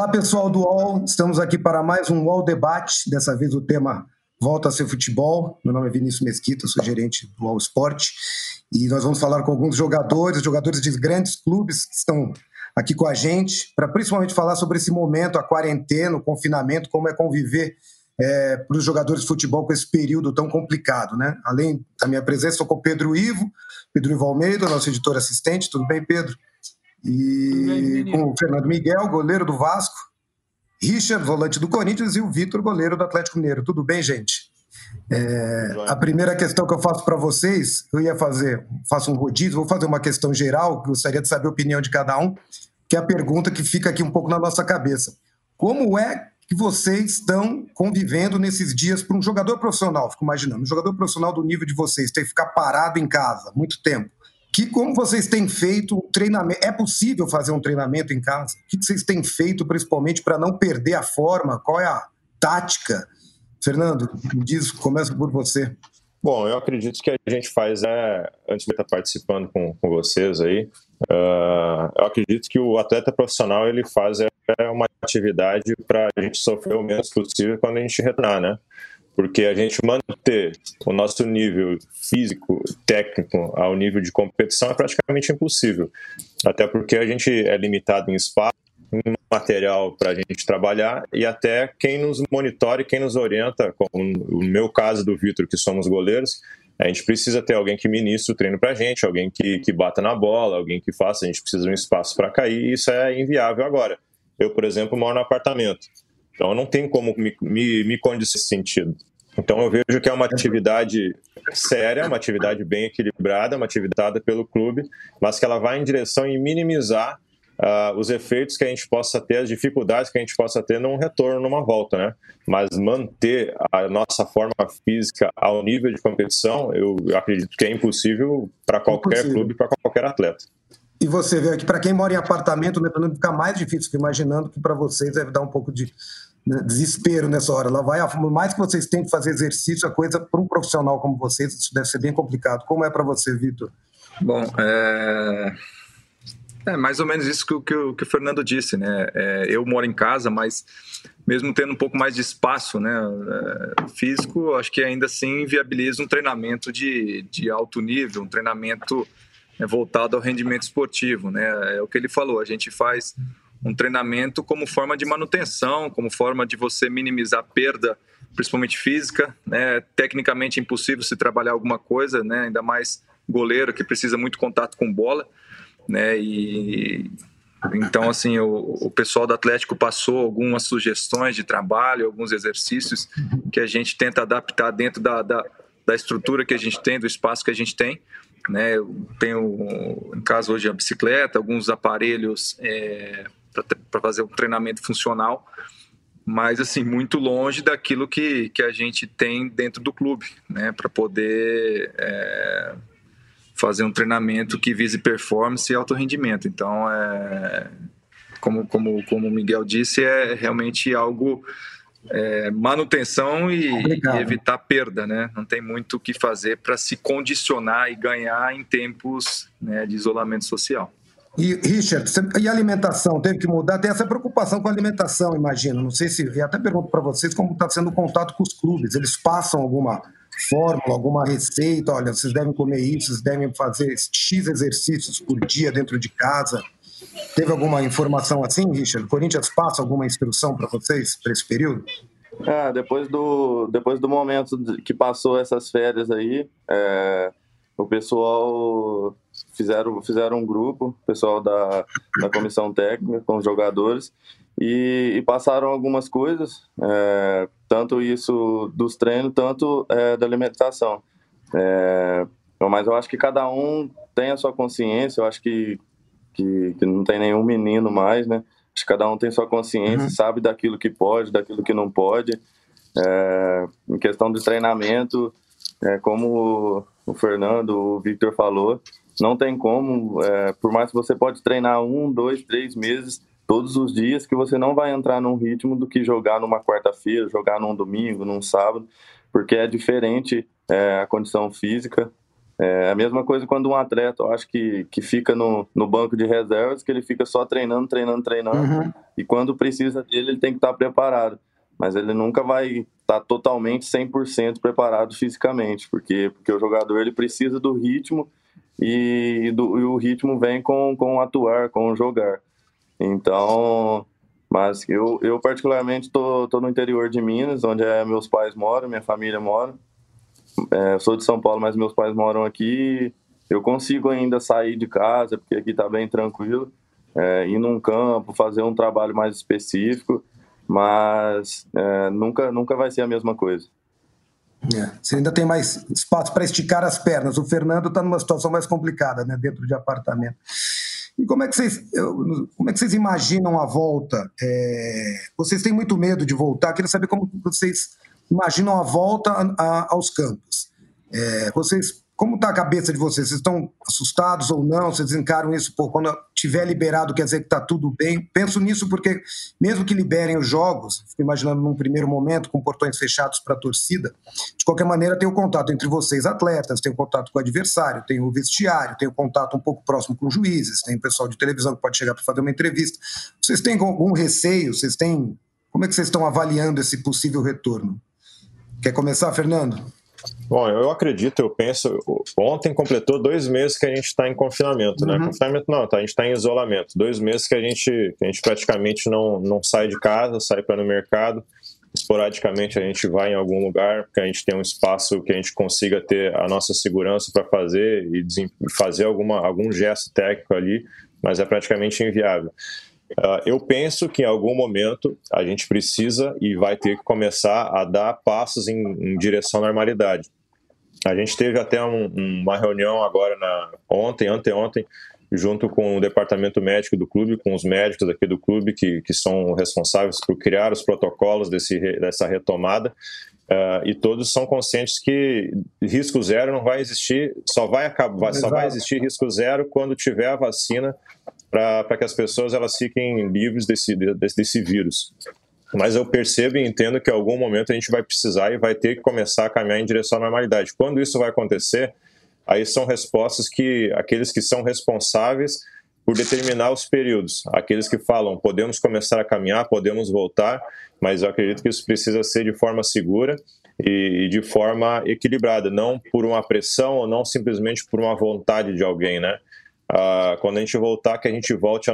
Olá, pessoal do UOL. Estamos aqui para mais um UOL Debate. Dessa vez o tema volta a ser futebol. Meu nome é Vinícius Mesquita, sou gerente do UOL Esporte. E nós vamos falar com alguns jogadores de grandes clubes que estão aqui com a gente, para principalmente falar sobre esse momento, a quarentena, o confinamento, como é conviver para os jogadores de futebol com esse período tão complicado, né? Além da minha presença, estou com o Pedro Ivo Almeida, nosso editor assistente. Tudo bem, Pedro? E com o Fernando Miguel, goleiro do Vasco, Richard, volante do Corinthians, e o Vitor, goleiro do Atlético Mineiro. Tudo bem, gente? A primeira questão que eu faço para vocês, faço um rodízio, vou fazer uma questão geral, gostaria de saber a opinião de cada um, que é a pergunta que fica aqui um pouco na nossa cabeça. Como é que vocês estão convivendo nesses dias para um jogador profissional? Fico imaginando, um jogador profissional do nível de vocês, tem que ficar parado em casa muito tempo. Como vocês têm feito o treinamento? É possível fazer um treinamento em casa? O que vocês têm feito, principalmente, para não perder a forma? Qual é a tática? Fernando, me diz, começa por você. Bom, eu acredito que a gente faz, antes de estar participando com vocês aí, eu acredito que o atleta profissional ele faz uma atividade para a gente sofrer o menos possível quando a gente retornar, né? Porque a gente manter o nosso nível físico, técnico, ao nível de competição é praticamente impossível. Até porque a gente é limitado em espaço, em material para a gente trabalhar e até quem nos monitora e quem nos orienta, como no meu caso do Vitor, que somos goleiros, a gente precisa ter alguém que ministre o treino para a gente, alguém que bata na bola, alguém que faça, a gente precisa de um espaço para cair e isso é inviável agora. Eu, por exemplo, moro no apartamento. Então, eu não tenho como me condicionar nesse sentido. Então, eu vejo que é uma atividade séria, uma atividade bem equilibrada, uma atividade pelo clube, mas que ela vai em direção em minimizar os efeitos que a gente possa ter, as dificuldades que a gente possa ter num retorno, numa volta, né? Mas manter a nossa forma física ao nível de competição, eu acredito que é impossível para qualquer clube, para qualquer atleta. E você vê que para quem mora em apartamento, né, fica mais difícil, fico imaginando que para vocês deve dar um pouco de desespero nessa hora. Lá vai, por mais que vocês tenham que fazer exercício, a coisa para um profissional como vocês, isso deve ser bem complicado. Como é para você, Vitor? Bom, é mais ou menos isso que o Fernando disse, né? Eu moro em casa, mas mesmo tendo um pouco mais de espaço, né, físico, acho que ainda assim viabiliza um treinamento de alto nível, um treinamento voltado ao rendimento esportivo, né? É o que ele falou, a gente faz um treinamento como forma de manutenção, como forma de você minimizar a perda, principalmente física, né? Tecnicamente é impossível se trabalhar alguma coisa, né? Ainda mais goleiro que precisa muito contato com bola, né? E então assim o pessoal do Atlético passou algumas sugestões de trabalho, alguns exercícios que a gente tenta adaptar dentro da estrutura que a gente tem, do espaço que a gente tem, né? Eu tenho em casa hoje a bicicleta, alguns aparelhos para fazer um treinamento funcional, mas assim muito longe daquilo que a gente tem dentro do clube, né? Para poder fazer um treinamento que vise performance e alto rendimento. Então, como o Miguel disse, é realmente algo manutenção e evitar perda, né? Não tem muito o que fazer para se condicionar e ganhar em tempos, né, de isolamento social. E, Richard, e a alimentação? Teve que mudar? Tem essa preocupação com a alimentação, imagino. Não sei se... Eu até pergunto para vocês como está sendo o contato com os clubes. Eles passam alguma fórmula, alguma receita? Olha, vocês devem comer isso, vocês devem fazer X exercícios por dia dentro de casa. Teve alguma informação assim, Richard? O Corinthians passa alguma instrução para vocês, para esse período? Depois do momento que passou essas férias aí, o pessoal fizeram um grupo, o pessoal da comissão técnica com os jogadores, e passaram algumas coisas, tanto isso dos treinos, tanto da alimentação. Mas eu acho que cada um tem a sua consciência, eu acho que não tem nenhum menino mais, né? Acho que cada um tem sua consciência, sabe daquilo que pode, daquilo que não pode. Em questão de treinamento, como o Fernando, o Victor falou, não tem como, por mais que você pode treinar 1, 2, 3 meses, todos os dias, que você não vai entrar num ritmo do que jogar numa quarta-feira, jogar num domingo, num sábado, porque é diferente a condição física, É a mesma coisa quando um atleta, eu acho que fica no banco de reservas, que ele fica só treinando, e quando precisa dele, ele tem que estar preparado. Mas ele nunca vai estar totalmente 100% preparado fisicamente, porque o jogador ele precisa do ritmo, e o ritmo vem com o atuar, com o jogar. Então, mas eu particularmente tô no interior de Minas, onde meus pais moram, minha família mora. Eu sou de São Paulo, mas meus pais moram aqui. Eu consigo ainda sair de casa, porque aqui está bem tranquilo, ir num campo, fazer um trabalho mais específico, mas nunca vai ser a mesma coisa. Você ainda tem mais espaço para esticar as pernas. O Fernando está numa situação mais complicada, né, dentro de apartamento. E como é que vocês imaginam a volta? Vocês têm muito medo de voltar? Queria saber como vocês imaginam a volta aos campos. Como está a cabeça de vocês? Vocês estão assustados ou não? Vocês encaram isso? Quando tiver liberado, quer dizer que está tudo bem? Penso nisso porque, mesmo que liberem os jogos, fico imaginando num primeiro momento, com portões fechados para a torcida, de qualquer maneira tem o contato entre vocês, atletas, tem o contato com o adversário, tem o vestiário, tem o contato um pouco próximo com os juízes, tem o pessoal de televisão que pode chegar para fazer uma entrevista. Vocês têm algum receio? Como é que vocês estão avaliando esse possível retorno? Quer começar, Fernando? Bom, eu penso, ontem completou 2 meses que a gente está em confinamento, né? Confinamento não, a gente está em isolamento. 2 meses que a gente praticamente não sai de casa, sai para no mercado. Esporadicamente a gente vai em algum lugar, porque a gente tem um espaço que a gente consiga ter a nossa segurança para fazer e fazer algum gesto técnico ali, mas é praticamente inviável. Eu penso que em algum momento a gente precisa e vai ter que começar a dar passos em direção à normalidade. A gente teve até uma reunião agora anteontem, junto com o departamento médico do clube, com os médicos aqui do clube que são responsáveis por criar os protocolos dessa retomada, e todos são conscientes que risco zero não vai existir, só vai existir risco zero quando tiver a vacina para que as pessoas elas fiquem livres desse vírus. Mas eu percebo e entendo que em algum momento a gente vai precisar e vai ter que começar a caminhar em direção à normalidade. Quando isso vai acontecer, aí são respostas que aqueles que são responsáveis por determinar os períodos, aqueles que falam podemos começar a caminhar, podemos voltar, mas eu acredito que isso precisa ser de forma segura e de forma equilibrada, não por uma pressão ou não simplesmente por uma vontade de alguém, né? Quando a gente voltar, que a gente volte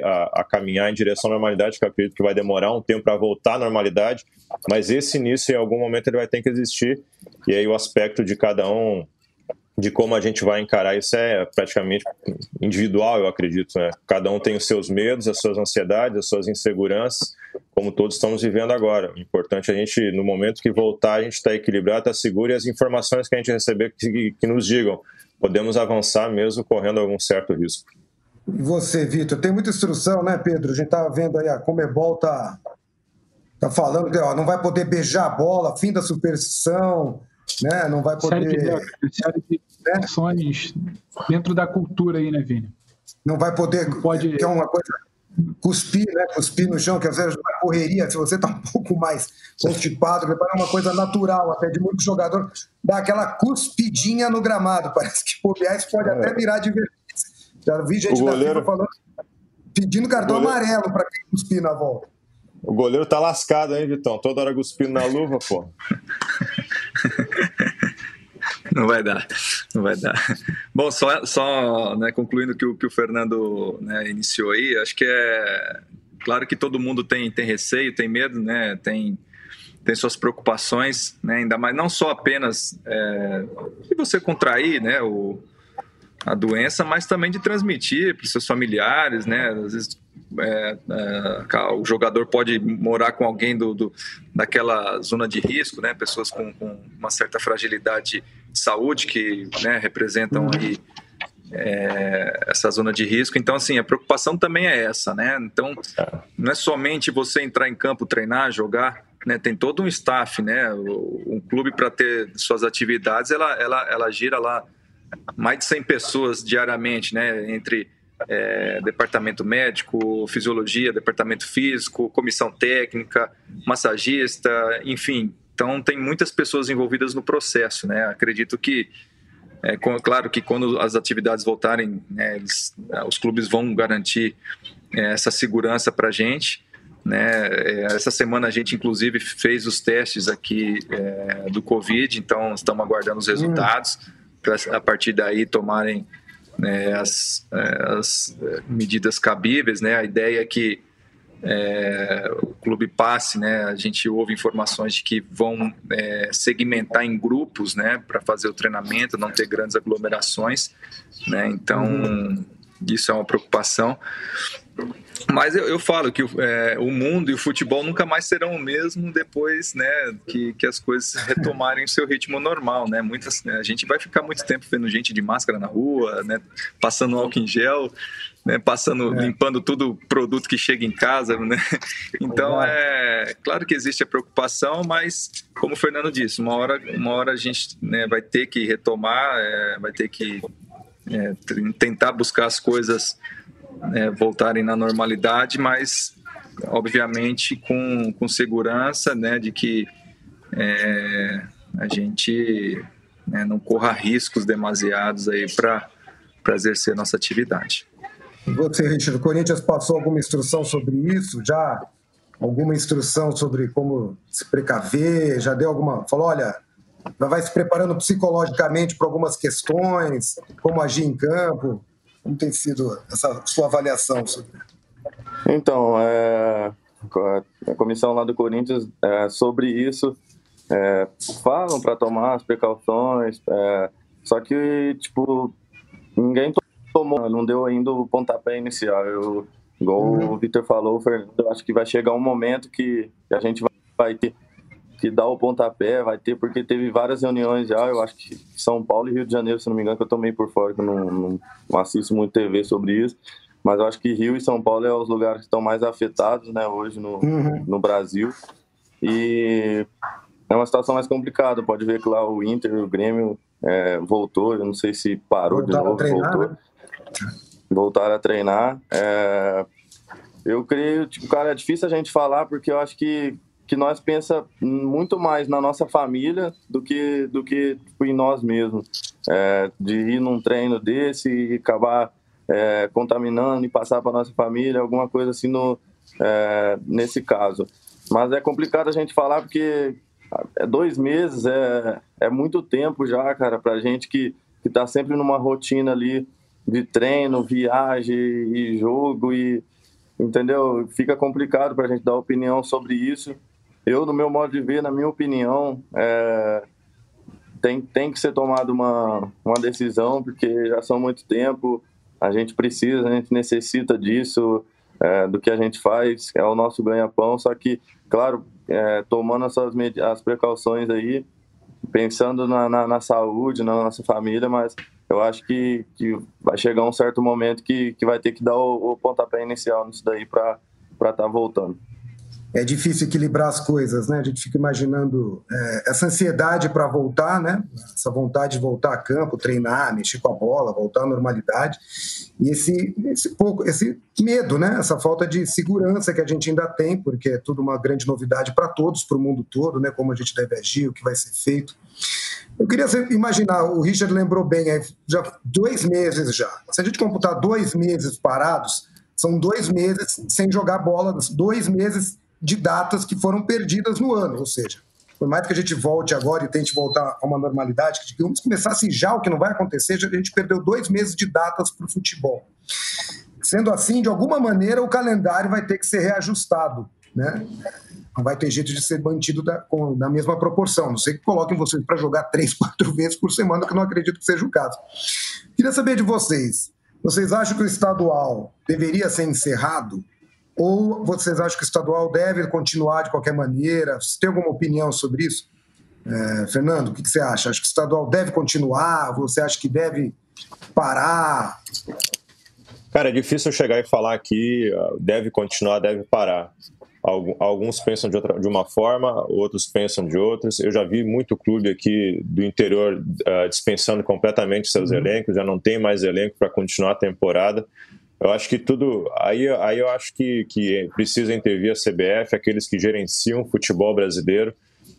a caminhar em direção à normalidade, que eu acredito que vai demorar um tempo para voltar à normalidade, mas esse início em algum momento ele vai ter que existir, e aí o aspecto de cada um, de como a gente vai encarar isso é praticamente individual, eu acredito, né? Cada um tem os seus medos, as suas ansiedades, as suas inseguranças, como todos estamos vivendo agora. O importante é a gente, no momento que voltar, a gente está equilibrado, está seguro, e as informações que a gente receber que nos digam podemos avançar mesmo correndo algum certo risco. E você, Vitor, tem muita instrução, né, Pedro? A gente estava vendo aí, a Conmebol tá falando que não vai poder beijar a bola, fim da superstição, né? Não vai poder... Série de ações dentro da cultura aí, né, Vini? Não vai poder... Que é uma coisa... Cuspir, né? Cuspir no chão, que às vezes na correria, se você está um pouco mais constipado, preparar uma coisa natural, até de muitos jogadores, dá aquela cuspidinha no gramado. Parece que bobear isso pode até virar divertido. Já vi gente da FIFA falando, pedindo cartão amarelo para quem cuspir na volta. O goleiro tá lascado, hein, Vitão? Toda hora cuspindo na luva, pô. Não vai dar. Bom, só né, concluindo que o Fernando, né, iniciou aí, acho que é claro que todo mundo tem receio, tem medo, né, tem suas preocupações, né, ainda mais não só apenas de você contrair, né, a doença, mas também de transmitir para os seus familiares, né, às vezes o jogador pode morar com alguém daquela zona de risco, né, pessoas com uma certa fragilidade de saúde que, né, representam aí essa zona de risco. Então, assim, a preocupação também é essa, né? Então, não é somente você entrar em campo, treinar, jogar, né? Tem todo um staff, né? Um clube, para ter suas atividades, ela gira lá mais de 100 pessoas diariamente, né? Entre departamento médico, fisiologia, departamento físico, comissão técnica, massagista, enfim. Então, tem muitas pessoas envolvidas no processo, né? Acredito que Claro que quando as atividades voltarem, né, os clubes vão garantir essa segurança para a gente. Né? Essa semana a gente, inclusive, fez os testes aqui do Covid, então estamos aguardando os resultados para, a partir daí, tomarem as medidas cabíveis. Né? A ideia é que o clube passe, né? A gente ouve informações de que vão segmentar em grupos, né, para fazer o treinamento, não ter grandes aglomerações, né? Então isso é uma preocupação. Mas eu falo que o mundo e o futebol nunca mais serão o mesmo depois, né, que as coisas retomarem o seu ritmo normal, né? A gente vai ficar muito tempo vendo gente de máscara na rua, né, passando álcool em gel, né, limpando tudo produto que chega em casa, né? Então claro que existe a preocupação, mas como o Fernando disse, uma hora a gente, né, vai ter que retomar, vai ter que tentar buscar as coisas voltarem na normalidade, mas obviamente com segurança, né, de que a gente não corra riscos demasiados aí para exercer nossa atividade. E você, Richard, o Corinthians passou alguma instrução sobre isso? Já alguma instrução sobre como se precaver? Já deu alguma... Falou, olha, vai se preparando psicologicamente para algumas questões, como agir em campo? Como tem sido essa sua avaliação sobre isso? Então, a comissão lá do Corinthians, sobre isso, falam para tomar as precauções, só que, tipo, ninguém tomou, não deu ainda o pontapé inicial. Igual o Vitor falou, Fernando, eu acho que vai chegar um momento que a gente vai ter que dar o pontapé, porque teve várias reuniões já, eu acho que São Paulo e Rio de Janeiro, se não me engano, que eu tô meio por fora, que eu não assisto muito TV sobre isso, mas eu acho que Rio e São Paulo é os lugares que estão mais afetados, né, hoje no Brasil, e é uma situação mais complicada. Pode ver que lá o Inter e o Grêmio voltou, eu não sei se parou de novo, voltaram a treinar. Eu creio, tipo, cara, é difícil a gente falar, porque eu acho que nós pensa muito mais na nossa família do que tipo, em nós mesmos. De ir num treino desse e acabar contaminando e passar para nossa família, alguma coisa assim nesse caso. Mas é complicado a gente falar, porque 2 meses é muito tempo já, cara, pra gente que tá sempre numa rotina ali de treino, viagem e jogo, entendeu? Fica complicado pra gente dar opinião sobre isso. Eu, no meu modo de ver, na minha opinião, tem que ser tomada uma decisão, porque já são muito tempo, a gente necessita disso, do que a gente faz, é o nosso ganha-pão, só que, claro, tomando as precauções aí, pensando na saúde, na nossa família, mas eu acho que vai chegar um certo momento que vai ter que dar o pontapé inicial nisso daí para estar voltando. É difícil equilibrar as coisas, né? A gente fica imaginando essa ansiedade para voltar, né? Essa vontade de voltar a campo, treinar, mexer com a bola, voltar à normalidade. E esse medo, né? Essa falta de segurança que a gente ainda tem, porque é tudo uma grande novidade para todos, para o mundo todo, né? Como a gente deve agir, o que vai ser feito. Eu queria imaginar, o Richard lembrou bem, já 2 meses já. Se a gente computar 2 meses parados, são 2 meses sem jogar bola, 2 meses de datas que foram perdidas no ano, ou seja, por mais que a gente volte agora e tente voltar a uma normalidade, que digamos começasse já, o que não vai acontecer, a gente perdeu 2 meses de datas para o futebol. Sendo assim, de alguma maneira, o calendário vai ter que ser reajustado, né? Não vai ter jeito de ser mantido na mesma proporção. Não sei que coloquem vocês para jogar 3, 4 vezes por semana, que eu não acredito que seja o caso. Queria saber de vocês. Vocês acham que o estadual deveria ser encerrado? Ou vocês acham que o estadual deve continuar de qualquer maneira? Você tem alguma opinião sobre isso? Fernando, o que você acha? Acha que o estadual deve continuar? Você acha que deve parar? Cara, é difícil chegar e falar que deve continuar, deve parar. Alguns pensam de uma forma, outros pensam de outras. Eu já vi muito clube aqui do interior dispensando completamente seus elencos, já não tem mais elenco para continuar a temporada. Eu acho que tudo... Aí eu acho que precisa intervir a CBF, aqueles que gerenciam o futebol brasileiro,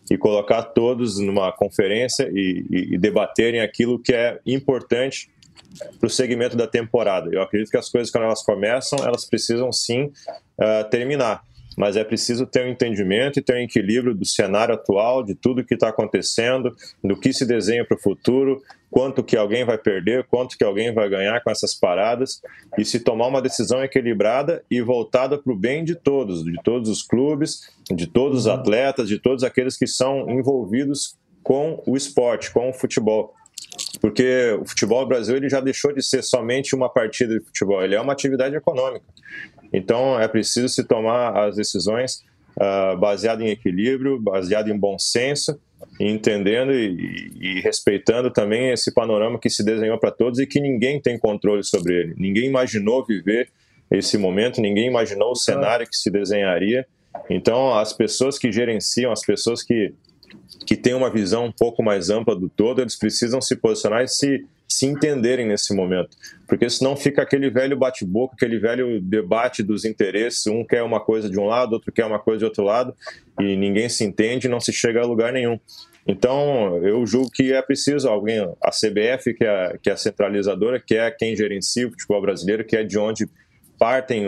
e colocar todos numa conferência e debaterem aquilo que é importante para o segmento da temporada. Eu acredito que as coisas, quando elas começam, elas precisam sim terminar, mas é preciso ter um entendimento e ter um equilíbrio do cenário atual, de tudo que está acontecendo, do que se desenha para o futuro, quanto que alguém vai perder, quanto que alguém vai ganhar com essas paradas, e se tomar uma decisão equilibrada e voltada para o bem de todos os clubes, de todos os atletas, de todos aqueles que são envolvidos com o esporte, com o futebol. Porque o futebol no Brasil ele já deixou de ser somente uma partida de futebol, ele é uma atividade econômica. Então é preciso se tomar as decisões baseado em equilíbrio, baseado em bom senso, entendendo e respeitando também esse panorama que se desenhou para todos e que ninguém tem controle sobre ele. Ninguém imaginou viver esse momento, ninguém imaginou o cenário que se desenharia. Então as pessoas que gerenciam, as pessoas que têm uma visão um pouco mais ampla do todo, eles precisam se posicionar e se entenderem nesse momento, porque senão fica aquele velho bate-boca, aquele velho debate dos interesses, um quer uma coisa de um lado, outro quer uma coisa de outro lado, e ninguém se entende e não se chega a lugar nenhum. Então, eu julgo que é preciso alguém, a CBF, que é a centralizadora, que é quem gerencia o futebol brasileiro, que é de onde partem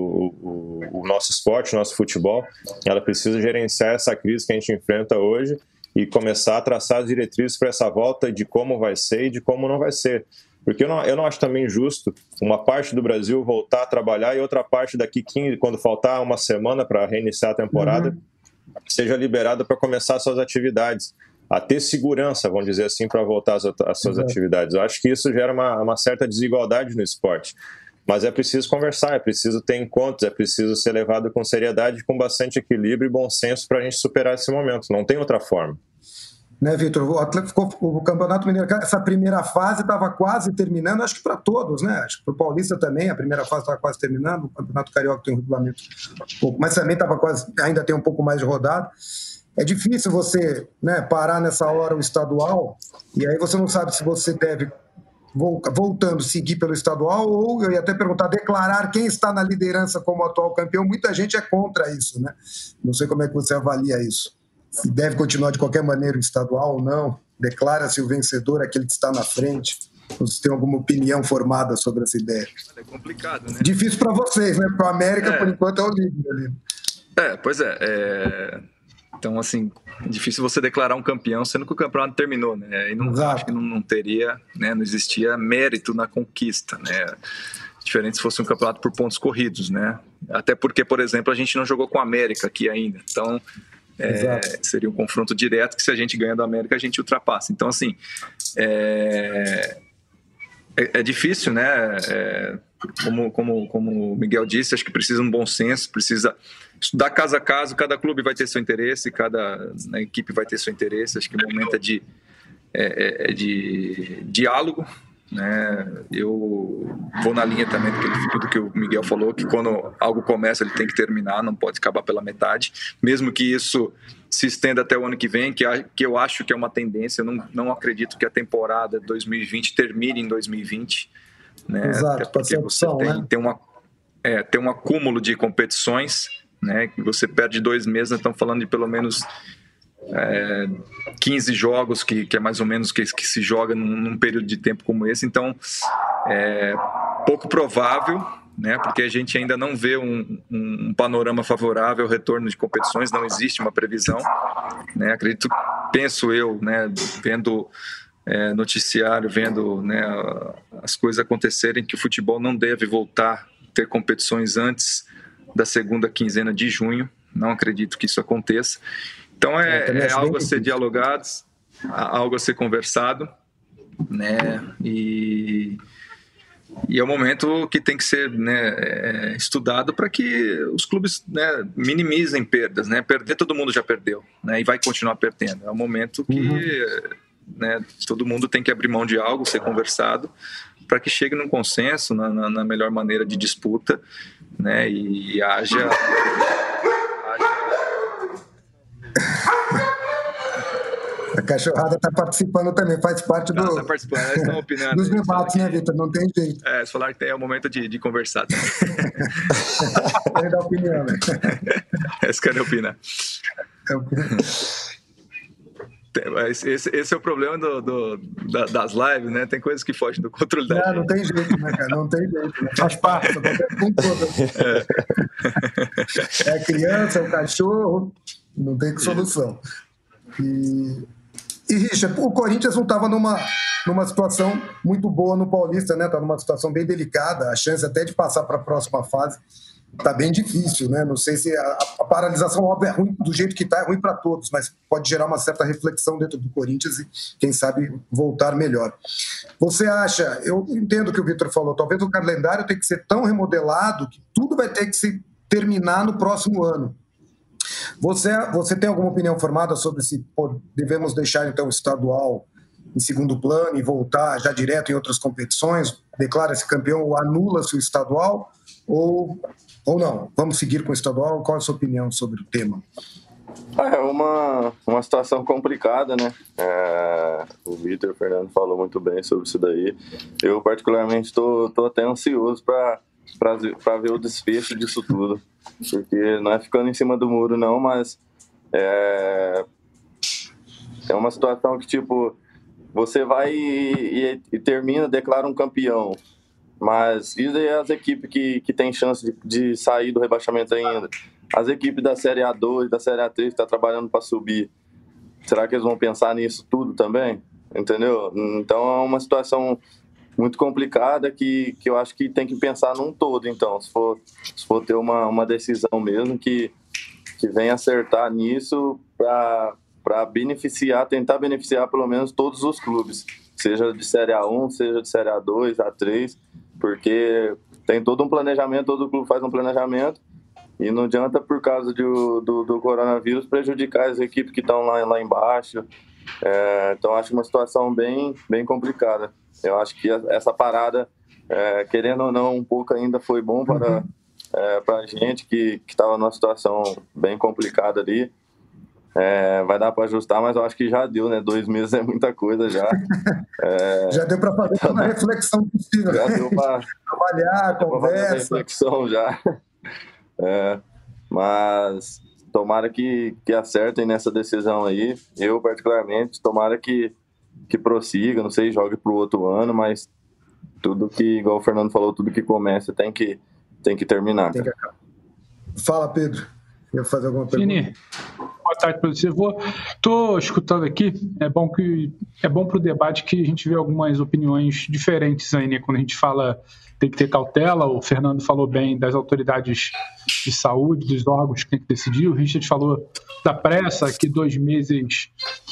o nosso esporte, o nosso futebol, ela precisa gerenciar essa crise que a gente enfrenta hoje e começar a traçar as diretrizes para essa volta de como vai ser e de como não vai ser. Porque eu não acho também justo uma parte do Brasil voltar a trabalhar e outra parte daqui 15, quando faltar uma semana para reiniciar a temporada, seja liberada para começar suas atividades. A ter segurança, vamos dizer assim, para voltar às suas atividades. Eu acho que isso gera uma certa desigualdade no esporte. Mas é preciso conversar, é preciso ter encontros, é preciso ser levado com seriedade, com bastante equilíbrio e bom senso para a gente superar esse momento. Não tem outra forma. Né, Vitor? O Campeonato Mineiro, essa primeira fase estava quase terminando, acho que para todos, né? Acho que para o Paulista também, a primeira fase estava quase terminando, o Campeonato Carioca tem um regulamento um pouco, mas também estava quase, ainda tem um pouco mais de rodada. É difícil você, né, parar nessa hora o estadual, e aí você não sabe se você deve, voltando, seguir pelo estadual, ou eu ia até perguntar, declarar quem está na liderança como atual campeão. Muita gente é contra isso, né? Não sei como é que você avalia isso. Se deve continuar de qualquer maneira o estadual ou não, declara-se o vencedor, aquele que está na frente. Você tem alguma opinião formada sobre essa ideia? É complicado, né? Difícil para vocês, né? Porque o América, por enquanto, é o líder ali. Pois é. Então, assim, difícil você declarar um campeão, sendo que o campeonato terminou, né? E acho que não teria, né? Não existia mérito na conquista, né? Diferente se fosse um campeonato por pontos corridos, né? Até porque, por exemplo, a gente não jogou com o América aqui ainda. Então, seria um confronto direto que, se a gente ganha do América, a gente ultrapassa. Então, assim, é difícil, né? Como o Miguel disse, acho que precisa de um bom senso, precisa estudar caso a caso, cada clube vai ter seu interesse, cada equipe vai ter seu interesse. Acho que o momento é de diálogo, né? Eu vou na linha também de tudo que o Miguel falou, que quando algo começa ele tem que terminar, não pode acabar pela metade, mesmo que isso se estenda até o ano que vem, que eu acho que é uma tendência. Eu não acredito que a temporada 2020 termine em 2020, né? Exato, até porque você tem um acúmulo de competições, né? Que você perde 2 meses, nós estamos falando de pelo menos 15 jogos, que é mais ou menos que se joga num período de tempo como esse. Então é pouco provável, né? Porque a gente ainda não vê um panorama favorável ao retorno de competições, não existe uma previsão, né? Penso eu, né, vendo noticiário, vendo, né, as coisas acontecerem, que o futebol não deve voltar a ter competições antes da segunda quinzena de junho. Não acredito que isso aconteça. Então é algo a ser dialogado, algo a ser conversado, né? E é um momento que tem que ser, né, estudado para que os clubes, né, minimizem perdas, né? Perder, todo mundo já perdeu, né? E vai continuar perdendo. É um momento que né, todo mundo tem que abrir mão de algo, ser conversado, para que chegue num consenso, na melhor maneira de disputa, né? E haja A cachorrada está participando também, faz parte Tá participando, eles estão opinando. dos debates, né, Vitor? Não tem jeito. Eles falaram que é o momento de conversar também. Querem dar opinião, né? Eles querem opinar. Esse é o problema das lives, né? Tem coisas que fogem do controle da gente. Não tem jeito, né, cara? Não tem jeito. Né? Faz parte. É a criança, é o cachorro, não tem solução. E Richard, o Corinthians não estava numa situação muito boa no Paulista, né? Está numa situação bem delicada. A chance até de passar para a próxima fase está bem difícil, né? Não sei se a paralisação, óbvio, é ruim do jeito que está, é ruim para todos, mas pode gerar uma certa reflexão dentro do Corinthians e, quem sabe, voltar melhor. Você acha, eu entendo o que o Vitor falou, talvez o calendário tenha que ser tão remodelado que tudo vai ter que se terminar no próximo ano. Você tem alguma opinião formada sobre se devemos deixar, então, o estadual em segundo plano e voltar já direto em outras competições? Declara-se campeão ou anula-se o estadual? Ou não? Vamos seguir com o estadual? Qual é a sua opinião sobre o tema? É uma situação complicada, né? O Vitor e o Fernando falou muito bem sobre isso daí. Eu, particularmente, estou até ansioso para ver o desfecho disso tudo. Porque não é ficando em cima do muro, não, mas é uma situação que, tipo, você vai e termina, declara um campeão. Mas e as equipes que têm chance de sair do rebaixamento ainda? As equipes da Série A2, da Série A3 que estão trabalhando para subir, será que eles vão pensar nisso tudo também? Entendeu? Então é uma situação muito complicada que eu acho que tem que pensar num todo, então, se for ter uma decisão mesmo que venha acertar nisso para tentar beneficiar pelo menos todos os clubes, seja de Série A1, seja de Série A2, A3, porque tem todo um planejamento, todo clube faz um planejamento e não adianta, por causa do coronavírus, prejudicar as equipes que estão lá embaixo. Então acho uma situação bem, bem complicada. Eu acho que essa parada, querendo ou não, um pouco ainda foi bom para a gente que estava numa situação bem complicada ali. Vai dar para ajustar, mas eu acho que já deu, né? 2 meses é muita coisa já. Já deu para fazer toda a reflexão possível. Já deu para trabalhar, conversa. Reflexão já. Mas tomara que acertem nessa decisão aí. Eu, particularmente, tomara que prossiga, não sei, jogue para o outro ano, mas tudo que, igual o Fernando falou, tudo que começa tem que terminar. Fala, Pedro. Eu vou fazer alguma pergunta? Vini, boa tarde para você. Estou escutando aqui, é bom para o debate que a gente vê algumas opiniões diferentes aí, né? Quando a gente fala tem que ter cautela, o Fernando falou bem das autoridades de saúde, dos órgãos que tem que decidir, o Richard falou da pressa, que 2 meses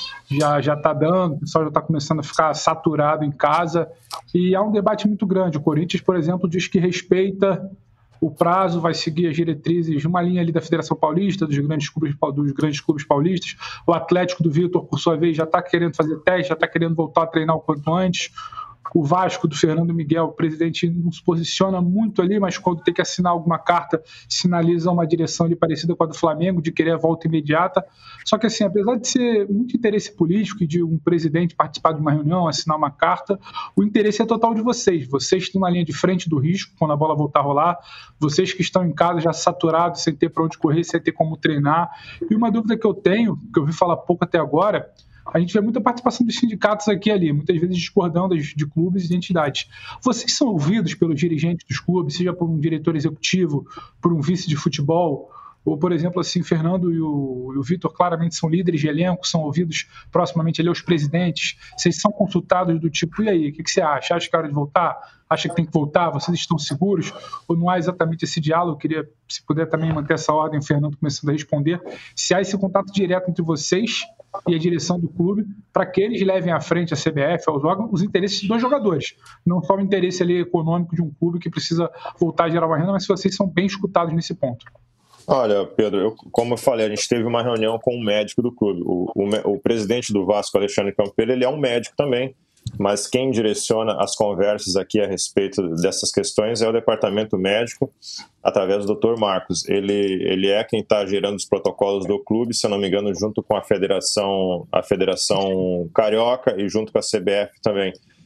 já está dando, o pessoal já está começando a ficar saturado em casa, e há um debate muito grande. O Corinthians, por exemplo, diz que respeita o prazo, vai seguir as diretrizes, uma linha ali da Federação Paulista, dos grandes clubes paulistas. O Atlético do Vitor, por sua vez, já está querendo fazer teste, já está querendo voltar a treinar o quanto antes. O Vasco do Fernando Miguel, o presidente, não se posiciona muito ali, mas quando tem que assinar alguma carta, sinaliza uma direção ali parecida com a do Flamengo, de querer a volta imediata. Só que, assim, apesar de ser muito interesse político e de um presidente participar de uma reunião, assinar uma carta, o interesse é total de vocês. Vocês estão na linha de frente do risco, quando a bola voltar a rolar. Vocês que estão em casa já saturados, sem ter para onde correr, sem ter como treinar. E uma dúvida que eu tenho, que eu ouvi falar pouco até agora, a gente vê muita participação dos sindicatos aqui e ali, muitas vezes discordando de clubes e de entidades. Vocês são ouvidos pelos dirigentes dos clubes, seja por um diretor executivo, por um vice de futebol, ou, por exemplo, assim, Fernando e o Vitor claramente são líderes de elenco, são ouvidos proximamente ali aos presidentes. Vocês são consultados do tipo, e aí, o que você acha? Acha que é hora de voltar? Acha que tem que voltar? Vocês estão seguros? Ou não há exatamente esse diálogo? Eu queria, se puder também manter essa ordem, o Fernando começando a responder, se há esse contato direto entre vocês e a direção do clube, para que eles levem à frente a CBF, aos órgãos, os interesses dos jogadores, não só o interesse ali econômico de um clube que precisa voltar a gerar uma renda, mas se vocês são bem escutados nesse ponto. Olha, Pedro, como eu falei, a gente teve uma reunião com o médico do clube. O presidente do Vasco, Alexandre Campeiro, ele é um médico também, mas quem direciona as conversas aqui a respeito dessas questões é o departamento médico, através do Dr. Marcos. Ele é quem está gerando os protocolos do clube, se eu não me engano, junto com a Federação Carioca e junto com a CBF também.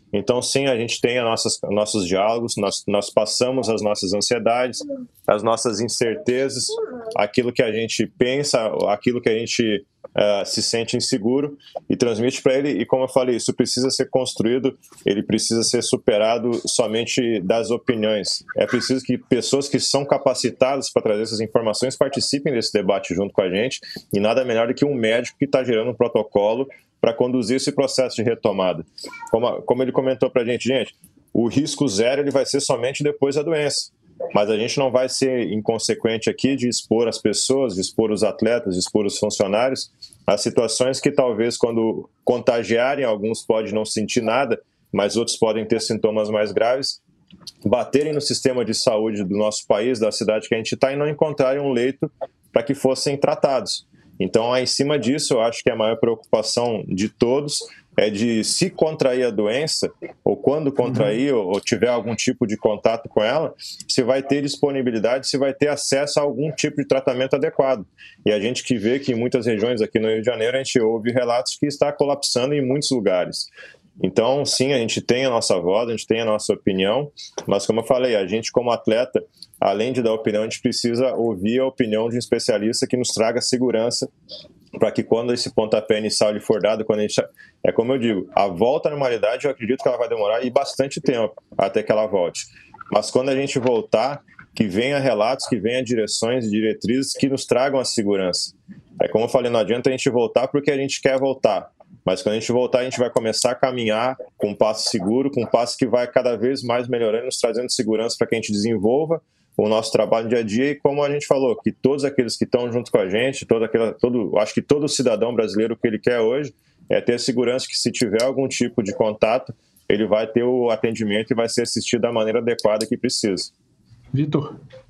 Então, sim, a gente tem nossos diálogos, nós passamos as nossas ansiedades, as nossas incertezas, aquilo que a gente pensa, aquilo que a gente se sente inseguro e transmite para ele. E como eu falei, isso precisa ser construído, ele precisa ser superado somente das opiniões. É preciso que pessoas que são capacitadas para trazer essas informações participem desse debate junto com a gente, e nada melhor do que um médico que está gerando um protocolo para conduzir esse processo de retomada. Como ele comentou para a gente, o risco zero ele vai ser somente depois da doença. Mas a gente não vai ser inconsequente aqui de expor as pessoas, de expor os atletas, de expor os funcionários a situações que talvez quando contagiarem, alguns podem não sentir nada, mas outros podem ter sintomas mais graves, baterem no sistema de saúde do nosso país, da cidade que a gente está, e não encontrarem um leito para que fossem tratados. Então, em cima disso, eu acho que a maior preocupação de todos é de, se contrair a doença, ou quando contrair, ou tiver algum tipo de contato com ela, se vai ter disponibilidade, se vai ter acesso a algum tipo de tratamento adequado. E a gente que vê que em muitas regiões aqui no Rio de Janeiro, a gente ouve relatos que está colapsando em muitos lugares. Então, sim, a gente tem a nossa voz, a gente tem a nossa opinião, mas como eu falei, a gente como atleta, além de dar opinião, a gente precisa ouvir a opinião de um especialista que nos traga segurança para que quando esse pontapé inicial ele for dado, quando a gente, é como eu digo, a volta à normalidade, eu acredito que ela vai demorar e bastante tempo até que ela volte. Mas quando a gente voltar, que venha relatos, que venha direções e diretrizes que nos tragam a segurança. É como eu falei, não adianta a gente voltar porque a gente quer voltar. Mas quando a gente voltar, a gente vai começar a caminhar com um passo seguro, com um passo que vai cada vez mais melhorando, nos trazendo segurança para que a gente desenvolva o nosso trabalho no dia a dia. E como a gente falou, que todos aqueles que estão junto com a gente, acho que todo cidadão brasileiro, o que ele quer hoje é ter a segurança que, se tiver algum tipo de contato, ele vai ter o atendimento e vai ser assistido da maneira adequada que precisa. Vitor?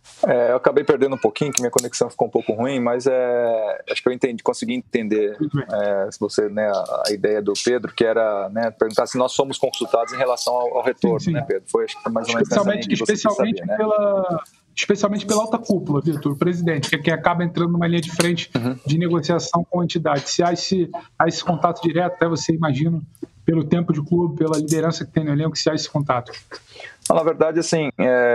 Eu acabei perdendo um pouquinho, que minha conexão ficou um pouco ruim, mas acho que eu consegui entender se você, a ideia do Pedro, que era perguntar se nós somos consultados em relação ao retorno, sim. Né, Pedro? Foi, acho que mais ou menos nessa linha que você quis saber, né? Especialmente pela alta cúpula, Vitor, o presidente, que é quem acaba entrando numa linha de frente de negociação com a entidade. Se há esse contato direto, até você imagina, pelo tempo de clube, pela liderança que tem no elenco, se há esse contato. Na verdade, assim,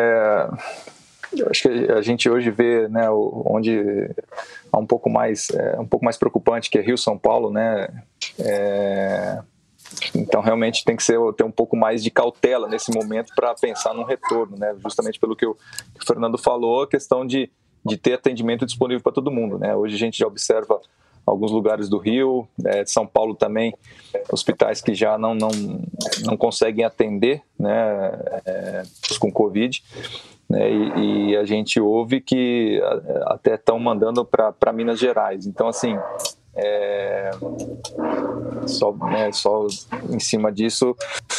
eu acho que a gente hoje vê, onde há um pouco mais preocupante, que é Rio-São Paulo, né? Então, realmente tem que ter um pouco mais de cautela nesse momento para pensar num retorno, né? Justamente pelo que o Fernando falou, a questão de ter atendimento disponível para todo mundo, né? Hoje a gente já observa alguns lugares do Rio, de São Paulo também, hospitais que já não conseguem atender, né, com Covid, né, e a gente ouve que até estão mandando para Minas Gerais. Então, assim, só em cima disso,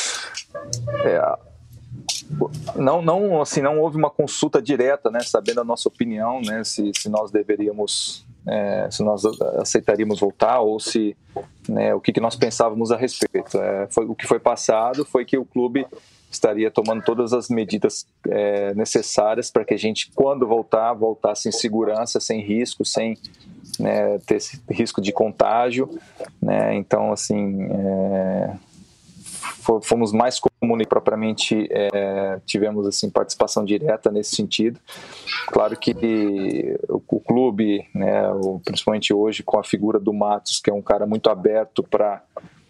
não houve uma consulta direta, né, sabendo a nossa opinião, né, se nós deveríamos, se nós aceitaríamos voltar, ou se, o que nós pensávamos a respeito. O que foi passado foi que o clube estaria tomando todas as medidas necessárias para que a gente, quando voltasse em segurança, sem risco, sem ter esse risco de contágio, né? Então, assim, fomos mais comunes, propriamente tivemos, assim, participação direta nesse sentido. Claro que o clube, né, principalmente hoje com a figura do Matos, que é um cara muito aberto para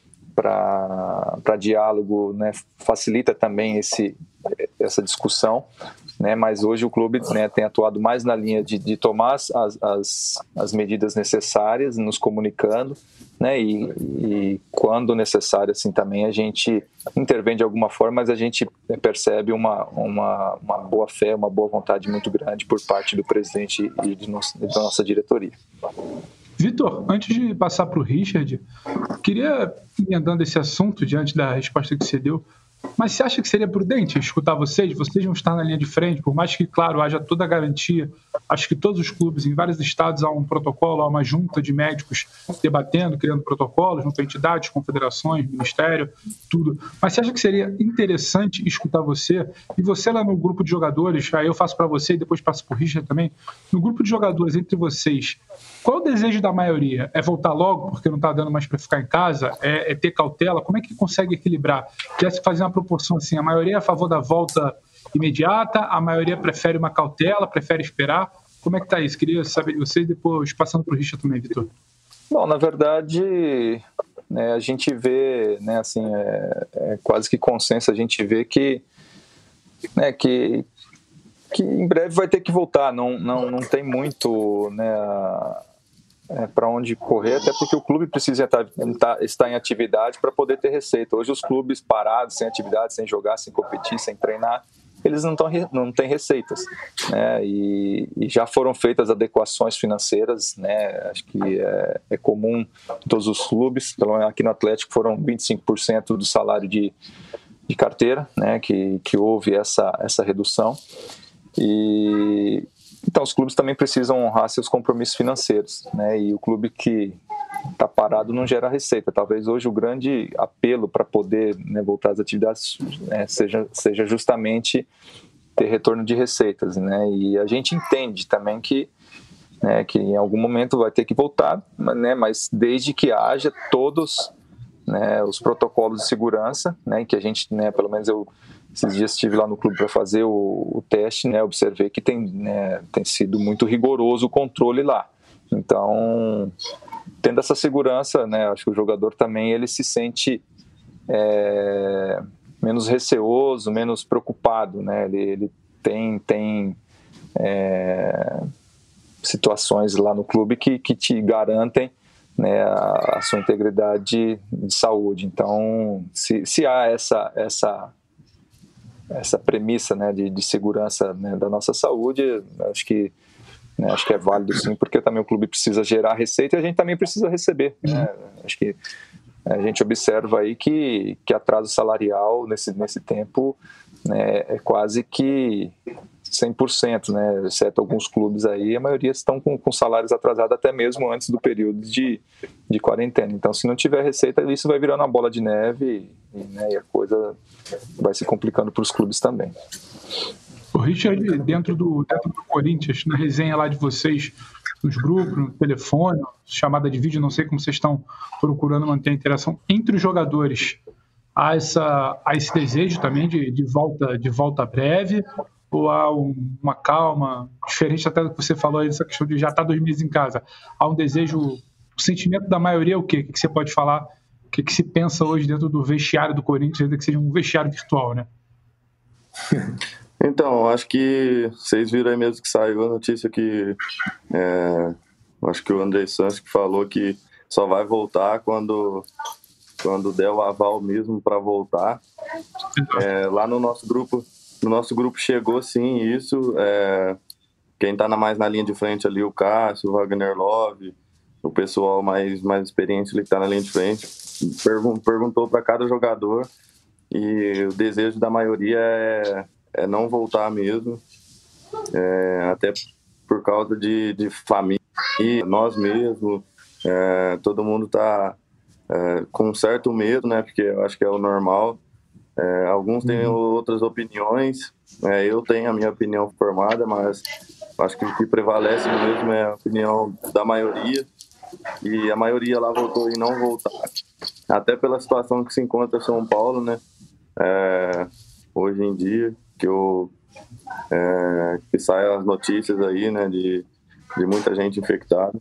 diálogo, né, facilita também essa discussão, né, mas hoje o clube, né, tem atuado mais na linha de tomar as medidas necessárias, nos comunicando, né, e quando necessário, assim, também a gente intervém de alguma forma, mas a gente percebe uma boa fé, uma boa vontade muito grande por parte do presidente e da nossa diretoria. Vitor, antes de passar para o Richard, queria, emendando esse assunto, diante da resposta que você deu, Mas você acha que seria prudente escutar vocês? Vocês vão estar na linha de frente, por mais que, claro, haja toda a garantia. Acho que todos os clubes, em vários estados, há um protocolo, há uma junta de médicos debatendo, criando protocolos, junto a entidades, confederações, ministério, tudo. Mas você acha que seria interessante escutar você? E você lá no grupo de jogadores, aí eu faço para você e depois passo para o Richard também, no grupo de jogadores entre vocês, qual é o desejo da maioria? É voltar logo porque não está dando mais para ficar em casa? É ter cautela? Como é que consegue equilibrar? Tivesse que fazer uma proporção assim, a maioria é a favor da volta imediata, a maioria prefere uma cautela, prefere esperar. Como é que está isso? Queria saber de vocês, depois passando para o Richard também, Vitor. Bom, na verdade, né, a gente vê, né, assim, quase que consenso, a gente vê que em breve vai ter que voltar, não tem muito, né, para onde correr, até porque o clube precisa estar em atividade para poder ter receita. Hoje os clubes parados, sem atividade, sem jogar, sem competir, sem treinar, eles não têm receitas, né? E já foram feitas adequações financeiras, né? Acho que é comum em todos os clubes, pelo menos aqui no Atlético foram 25% do salário de carteira, né? Que houve essa redução. E então os clubes também precisam honrar seus compromissos financeiros, né? E o clube que está parado não gera receita. Talvez hoje o grande apelo para poder, né, voltar às atividades, né, seja justamente ter retorno de receitas, né? E a gente entende também que em algum momento vai ter que voltar, né? Mas desde que haja todos, né, os protocolos de segurança, né, que a gente, né, pelo menos eu esses dias estive lá no clube para fazer o teste, né, observei que tem sido muito rigoroso o controle lá. Então, tendo essa segurança, né, acho que o jogador também ele se sente menos receoso, menos preocupado, né? Ele tem situações lá no clube que te garantem, né, a sua integridade de saúde. Então, se há essa premissa, né, de segurança, né, da nossa saúde, acho que é válido sim, porque também o clube precisa gerar receita e a gente também precisa receber, né? Acho que a gente observa aí que atraso salarial nesse tempo, né, é quase que 100%, né? Exceto alguns clubes aí, a maioria estão com salários atrasados até mesmo antes do período de quarentena. Então, se não tiver receita, isso vai virando uma bola de neve e a coisa vai se complicando para os clubes também. O Richard, dentro do Corinthians, na resenha lá de vocês, nos grupos, no telefone, chamada de vídeo, não sei como vocês estão procurando manter a interação entre os jogadores. Há esse desejo também de volta breve, ou há uma calma, diferente até do que você falou aí, dessa questão de já estar 2 meses em casa. Há um desejo, o sentimento da maioria é o quê? O que você pode falar? O que se pensa hoje dentro do vestiário do Corinthians, ainda que seja um vestiário virtual, né? Então, acho que vocês viram aí mesmo que saiu a notícia que acho que o André Santos que falou que só vai voltar quando der o aval mesmo para voltar. Lá no nosso grupo chegou sim isso. Quem está mais na linha de frente ali, o Cássio, o Wagner Love, o pessoal mais experiente ali que está na linha de frente, perguntou para cada jogador e o desejo da maioria é não voltar mesmo, até por causa de família, nós mesmos, todo mundo está com um certo medo, né, porque eu acho que é o normal. Alguns têm outras opiniões, eu tenho a minha opinião formada, mas acho que o que prevalece mesmo é a opinião da maioria, e a maioria lá votou em não voltar, até pela situação que se encontra São Paulo, né, hoje em dia, que saem as notícias aí, né, de muita gente infectada.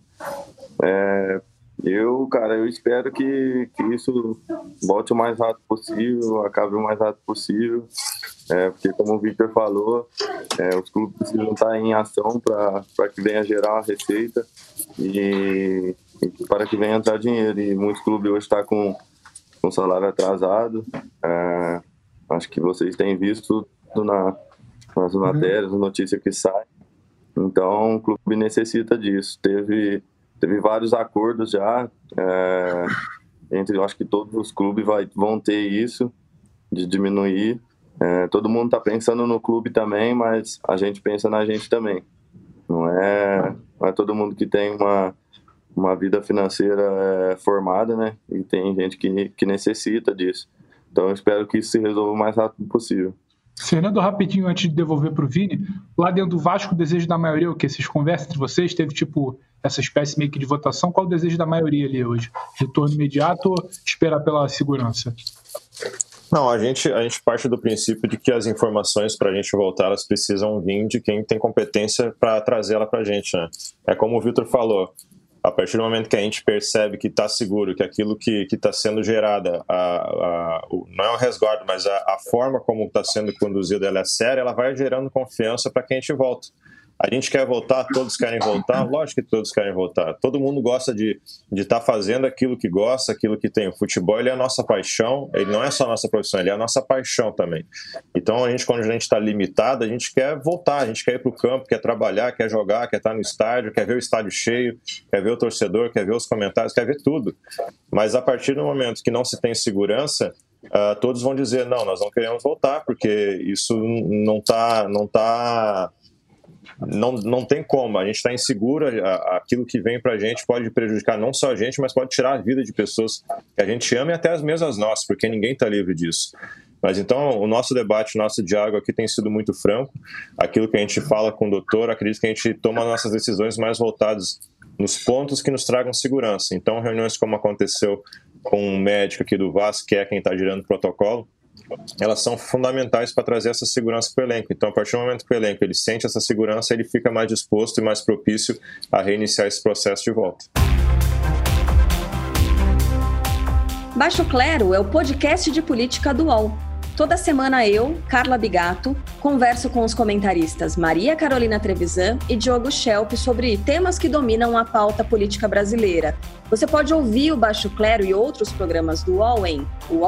Eu espero que isso volte o mais rápido possível, acabe o mais rápido possível, porque como o Victor falou, os clubes precisam estar em ação para que venha gerar uma receita e para que venha entrar dinheiro, e muitos clubes hoje estão com salário atrasado. Acho que vocês têm visto nas matérias, notícias que saem. Então, o clube necessita disso. Teve vários acordos já, entre, acho que todos os clubes vão ter isso. diminuir. Todo mundo está pensando no clube também, mas a gente pensa na gente também. Não é todo mundo que tem uma vida financeira formada, né? E tem gente que necessita disso. Então eu espero que isso se resolva o mais rápido possível. Fernando, rapidinho, antes de devolver para o Vini, lá dentro do Vasco, o desejo da maioria é o quê? Vocês conversam entre vocês? Teve, essa espécie meio que de votação? Qual o desejo da maioria ali hoje? Retorno imediato ou esperar pela segurança? Não, a gente parte do princípio de que as informações para a gente voltar, elas precisam vir de quem tem competência para trazer ela para a gente, né? É como o Vitor falou, a partir do momento que a gente percebe que está seguro, que aquilo que está sendo gerada, não é um resguardo, mas a forma como está sendo conduzida ela é séria, ela vai gerando confiança para que a gente volta. A gente quer voltar, todos querem voltar, lógico que todos querem voltar. Todo mundo gosta de estar fazendo aquilo que gosta, aquilo que tem. O futebol, ele é a nossa paixão, ele não é só a nossa profissão, ele é a nossa paixão também. Então, quando a gente está limitado, a gente quer voltar, a gente quer ir para o campo, quer trabalhar, quer jogar, quer estar no estádio, quer ver o estádio cheio, quer ver o torcedor, quer ver os comentários, quer ver tudo. Mas a partir do momento que não se tem segurança, todos vão dizer, não, nós não queremos voltar, porque isso não tem como, a gente está inseguro, aquilo que vem para a gente pode prejudicar não só a gente, mas pode tirar a vida de pessoas que a gente ama e até as mesmas nossas, porque ninguém está livre disso. Mas então o nosso debate, o nosso diálogo aqui tem sido muito franco, aquilo que a gente fala com o doutor, acredito que a gente toma nossas decisões mais voltadas nos pontos que nos tragam segurança. Então reuniões como aconteceu com um médico aqui do Vasco, que é quem está girando o protocolo, elas são fundamentais para trazer essa segurança para o elenco. Então, a partir do momento que o elenco ele sente essa segurança, ele fica mais disposto e mais propício a reiniciar esse processo de volta. Baixo Clero é o podcast de política do UOL. Toda semana eu, Carla Bigato, converso com os comentaristas Maria Carolina Trevisan e Diogo Schelp sobre temas que dominam a pauta política brasileira. Você pode ouvir o Baixo Clero e outros programas do UOL em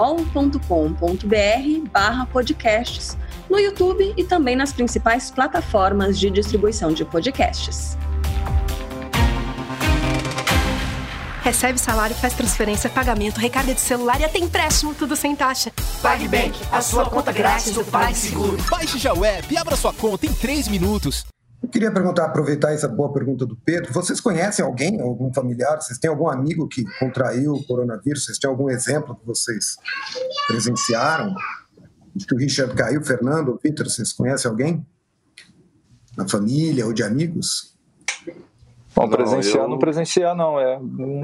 uol.com.br/podcasts, no YouTube e também nas principais plataformas de distribuição de podcasts. Recebe salário, faz transferência, pagamento, recarga de celular e até empréstimo, tudo sem taxa. PagBank, a sua conta grátis do PagSeguro. Baixe já o app e abra sua conta em 3 minutos. Eu queria aproveitar essa boa pergunta do Pedro. Vocês conhecem alguém, algum familiar? Vocês têm algum amigo que contraiu o coronavírus? Vocês têm algum exemplo que vocês presenciaram? Que o Richard caiu, o Fernando, o Vitor, vocês conhecem alguém? Na família ou de amigos? Bom, não presenciar não, é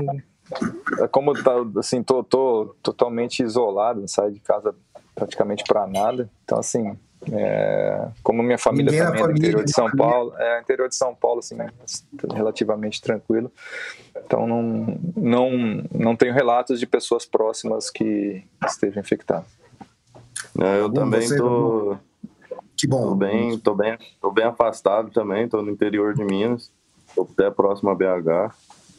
como tá, assim, tô totalmente isolado, não saio de casa praticamente para nada, então assim, como minha família também é do interior de São Paulo, interior de São Paulo, assim, relativamente tranquilo, então não tenho relatos de pessoas próximas que estejam infectadas. Eu também tô... Que bom. Tô bem afastado também, tô no interior de Minas. Estou até próximo a BH,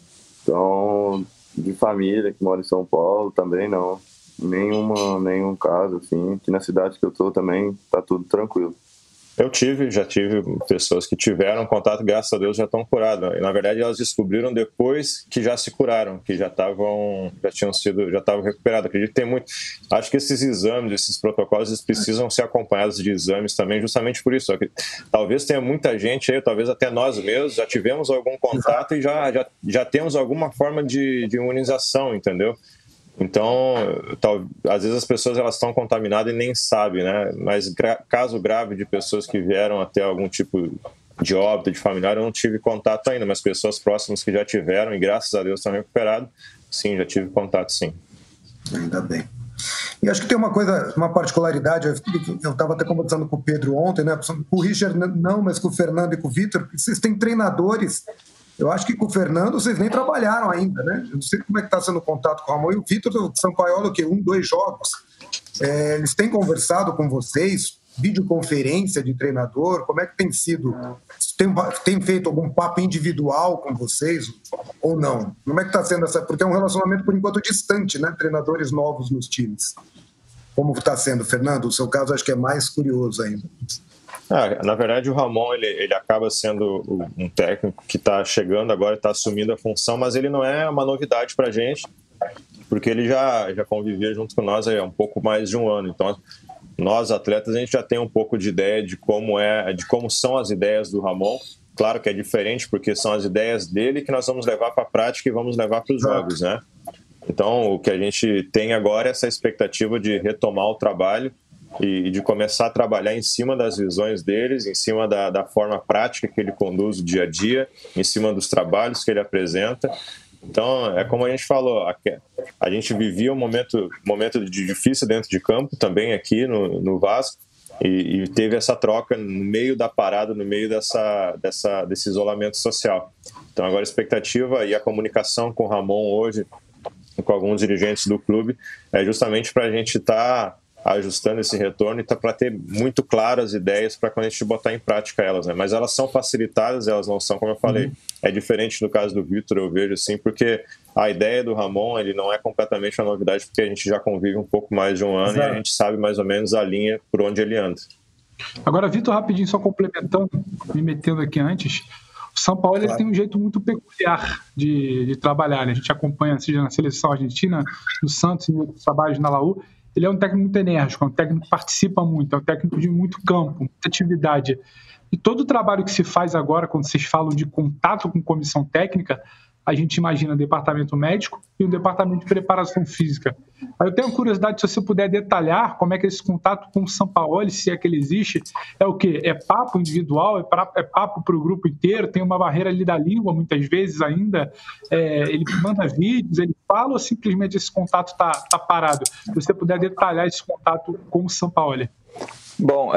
então de família que mora em São Paulo também não, nenhum caso assim, aqui na cidade que eu estou também está tudo tranquilo. Já tive pessoas que tiveram contato, graças a Deus já estão curadas. E, na verdade, elas descobriram depois que já se curaram, que já estavam recuperadas. Acredito que tem muito. Acho que esses exames, esses protocolos, eles precisam ser acompanhados de exames também, justamente por isso. Talvez tenha muita gente aí, talvez até nós mesmos, já tivemos algum contato e já temos alguma forma de imunização, entendeu? Então, às vezes as pessoas elas estão contaminadas e nem sabem, né? Mas caso grave de pessoas que vieram até algum tipo de óbito, de familiar, eu não tive contato ainda, mas pessoas próximas que já tiveram e graças a Deus estão recuperadas, sim, já tive contato, sim. Ainda bem. E acho que tem uma particularidade, eu estava até conversando com o Pedro ontem, né? Com o Richard não, mas com o Fernando e com o Vitor, porque vocês têm treinadores. Eu acho que com o Fernando vocês nem trabalharam ainda, né? Eu não sei como é que está sendo o contato com o Ramon e o Vitor do Sampaoli, o quê? 2 jogos. Eles têm conversado com vocês, videoconferência de treinador, como é que tem sido? Tem feito algum papo individual com vocês ou não? Como é que está sendo essa? Porque é um relacionamento, por enquanto, distante, né? Treinadores novos nos times. Como está sendo, Fernando? O seu caso acho que é mais curioso ainda. Na verdade, o Ramon ele acaba sendo um técnico que está chegando agora, está assumindo a função, mas ele não é uma novidade para a gente. porque ele já convivia junto com nós há um pouco mais de um ano. Então, nós atletas, a gente já tem um pouco de ideia de como são as ideias do Ramon. Claro que é diferente, porque são as ideias dele que nós vamos levar para a prática e vamos levar para os jogos, né? Então, o que a gente tem agora é essa expectativa de retomar o trabalho e de começar a trabalhar em cima das visões deles, em cima da forma prática que ele conduz o dia a dia, em cima dos trabalhos que ele apresenta. Então, é como a gente falou, a gente vivia um momento difícil dentro de campo, também aqui no Vasco, e teve essa troca no meio da parada, no meio desse isolamento social. Então, agora a expectativa e a comunicação com o Ramon hoje, com alguns dirigentes do clube, é justamente para a gente estar ajustando esse retorno e para ter muito claras as ideias para quando a gente botar em prática elas, né? Mas elas são facilitadas, elas não são, como eu falei, é diferente no caso do Vitor, eu vejo assim, porque a ideia do Ramon, ele não é completamente uma novidade, porque a gente já convive um pouco mais de um ano. Exato. E a gente sabe mais ou menos a linha por onde ele anda. Agora, Vitor, rapidinho, só complementando, me metendo aqui antes, o São Paulo ele tem um jeito muito peculiar de trabalhar, né? A gente acompanha, seja na seleção argentina, no Santos, em outros trabalhos na Laú. Ele é um técnico muito enérgico, é um técnico que participa muito, é um técnico de muito campo, muita atividade. E todo o trabalho que se faz agora, quando vocês falam de contato com comissão técnica, a gente imagina departamento médico e um departamento de preparação física. Aí eu tenho curiosidade, se você puder detalhar como é que é esse contato com o Sampaoli, se é que ele existe, é o quê? É papo individual? É papo para o grupo inteiro? Tem uma barreira ali da língua, muitas vezes ainda? Ele manda vídeos, ele fala ou simplesmente esse contato está parado? Se você puder detalhar esse contato com o Sampaoli. Bom,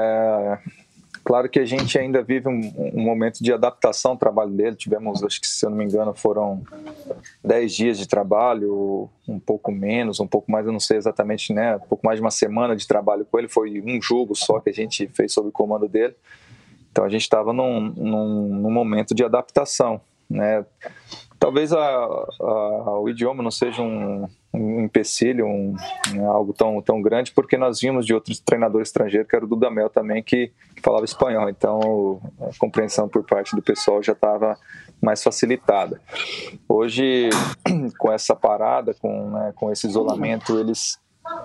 claro que a gente ainda vive um momento de adaptação ao trabalho dele. Tivemos, acho que se eu não me engano, foram 10 dias de trabalho, um pouco menos, um pouco mais, eu não sei exatamente, né? Um pouco mais de uma semana de trabalho com ele. Foi um jogo só que a gente fez sob o comando dele. Então a gente estava num momento de adaptação, né? Talvez o idioma não seja um empecilho, algo tão grande, porque nós vimos de outros treinadores estrangeiros, que era o Dudamel também, que falava espanhol. Então a compreensão por parte do pessoal já estava mais facilitada. Hoje, com essa parada, com esse isolamento, eles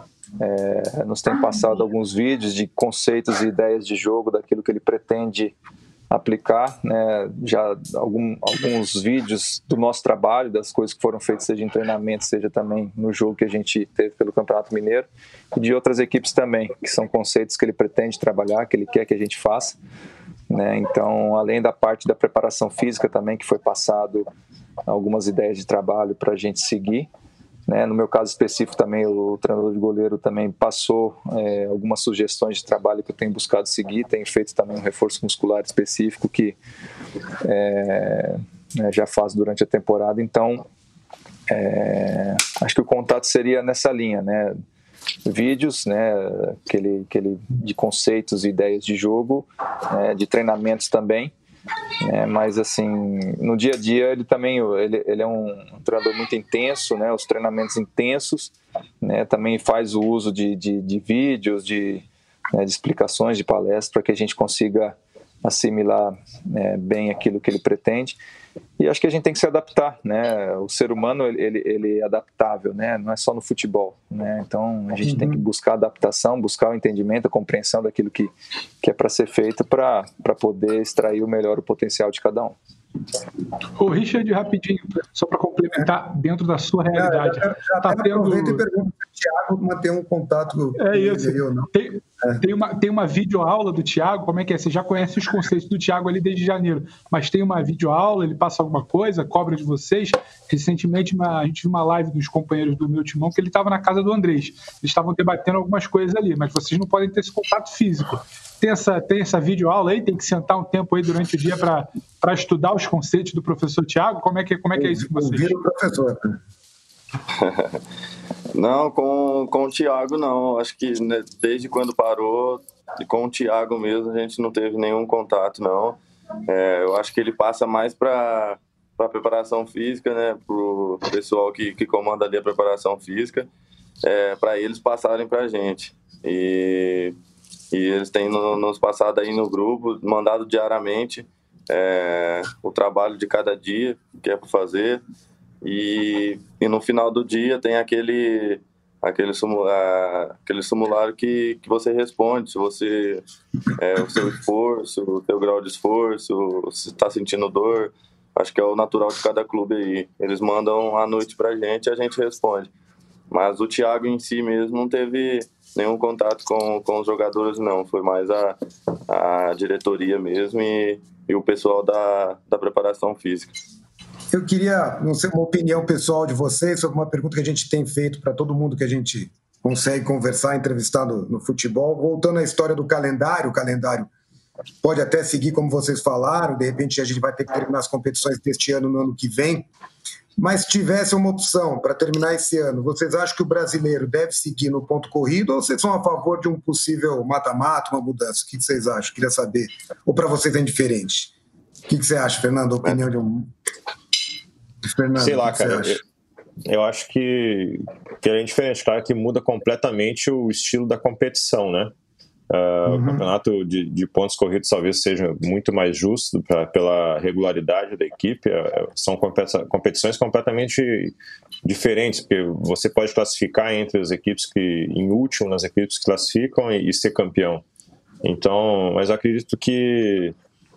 nos têm passado alguns vídeos de conceitos e ideias de jogo, daquilo que ele pretende aplicar, né? Já alguns vídeos do nosso trabalho, das coisas que foram feitas, seja em treinamento, seja também no jogo que a gente teve pelo Campeonato Mineiro, e de outras equipes também, que são conceitos que ele pretende trabalhar, que ele quer que a gente faça, né? Então, além da parte da preparação física também, que foi passado algumas ideias de trabalho para a gente seguir, né? No meu caso específico também, o treinador de goleiro também passou algumas sugestões de trabalho que eu tenho buscado seguir, tenho feito também um reforço muscular específico que já faço durante a temporada. Então, acho que o contato seria nessa linha, né? Vídeos, né? De conceitos e ideias de jogo, de treinamentos também. Mas assim, no dia a dia ele também ele é um treinador muito intenso, né? Os treinamentos intensos, né? Também faz o uso de vídeos, de explicações, de palestras, para que a gente consiga assimilar bem aquilo que ele pretende. E acho que a gente tem que se adaptar, né? O ser humano ele é adaptável, né? Não é só no futebol, né? Então a gente tem que buscar a adaptação, buscar o entendimento, a compreensão daquilo que é para ser feito, para poder extrair o melhor potencial de cada um. O Richard, rapidinho, só para complementar, dentro da sua realidade. Já tá aproveita e pergunta para o Thiago manter um contato com ele aí ou não. Tem uma videoaula do Thiago, como é que é? Você já conhece os conceitos do Thiago ali desde janeiro, mas tem uma videoaula, ele passa alguma coisa, cobra de vocês? Recentemente a gente viu uma live dos companheiros do meu timão que ele estava na casa do Andrés. Eles estavam debatendo algumas coisas ali, mas vocês não podem ter esse contato físico. Tem essa videoaula aí? Tem que sentar um tempo aí durante o dia para estudar os conceitos do professor Thiago? Como é que é isso com vocês? Vira o professor. Não, com o Thiago não. Acho que, né, desde quando parou, com o Thiago mesmo, a gente não teve nenhum contato, não. Eu acho que ele passa mais para a preparação física, né? Para o pessoal que comanda ali a preparação física, para eles passarem para a gente. E eles têm nos passado aí no grupo, mandado diariamente o trabalho de cada dia que é para fazer. e no final do dia tem aquele simulário que você responde se você o seu esforço, o seu grau de esforço, se está sentindo dor. Acho que é o natural de cada clube aí. Eles mandam à noite pra gente e a gente responde. Mas o Thiago em si mesmo não teve nenhum contato com os jogadores, não. Foi mais a diretoria mesmo e o pessoal da preparação física. Eu queria, não sei, uma opinião pessoal de vocês sobre uma pergunta que a gente tem feito para todo mundo que a gente consegue conversar, entrevistar no futebol. Voltando à história do calendário, o calendário pode até seguir como vocês falaram, de repente a gente vai ter que terminar as competições deste ano no ano que vem, mas se tivesse uma opção para terminar esse ano, vocês acham que o brasileiro deve seguir no ponto corrido ou vocês são a favor de um possível mata-mata, uma mudança? O que vocês acham? Queria saber. Ou para vocês é indiferente? O que você acha, Fernando? A opinião de Fernando? Sei lá, cara. Eu acho que é indiferente. Claro que muda completamente o estilo da competição, né? O campeonato de pontos corridos talvez seja muito mais justo pela regularidade da equipe. São competições completamente diferentes, porque você pode classificar entre as equipes em último, nas equipes que classificam e ser campeão. Então, mas eu acredito que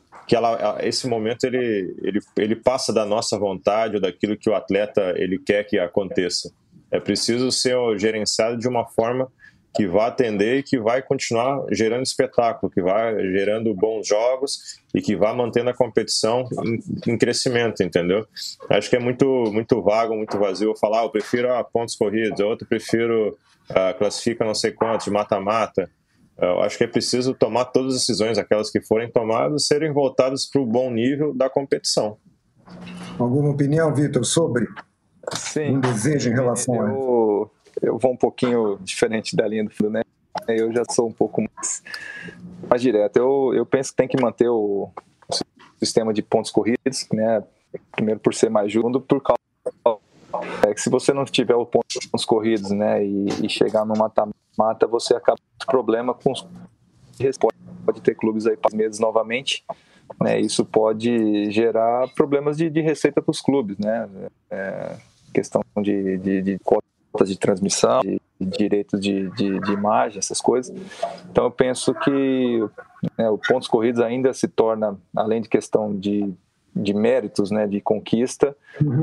esse momento ele passa da nossa vontade ou daquilo que o atleta ele quer que aconteça. É preciso ser gerenciado de uma forma que vai atender e que vai continuar gerando espetáculo, que vai gerando bons jogos e que vai mantendo a competição em crescimento, entendeu? Acho que é muito vago, muito vazio eu falar, eu prefiro pontos corridos, outro prefiro classifica não sei quantos, mata-mata. Eu acho que é preciso tomar todas as decisões, aquelas que forem tomadas, serem voltadas para o bom nível da competição. Alguma opinião, Vitor, sobre Sim, um desejo em relação a... Eu vou um pouquinho diferente da linha do fundo, né? Eu já sou um pouco mais direto. Eu penso que tem que manter o sistema de pontos corridos, né? Primeiro por ser mais justo, por causa que se você não tiver os pontos corridos, né, e chegar no mata-mata, você acaba com problema com os pode ter clubes aí para meses novamente, né? Isso pode gerar problemas de receita para os clubes, né? Questão de cotas de transmissão, de direitos de imagem, essas coisas. Então eu penso que os pontos corridos ainda se torna, além de questão de méritos, né, de conquista,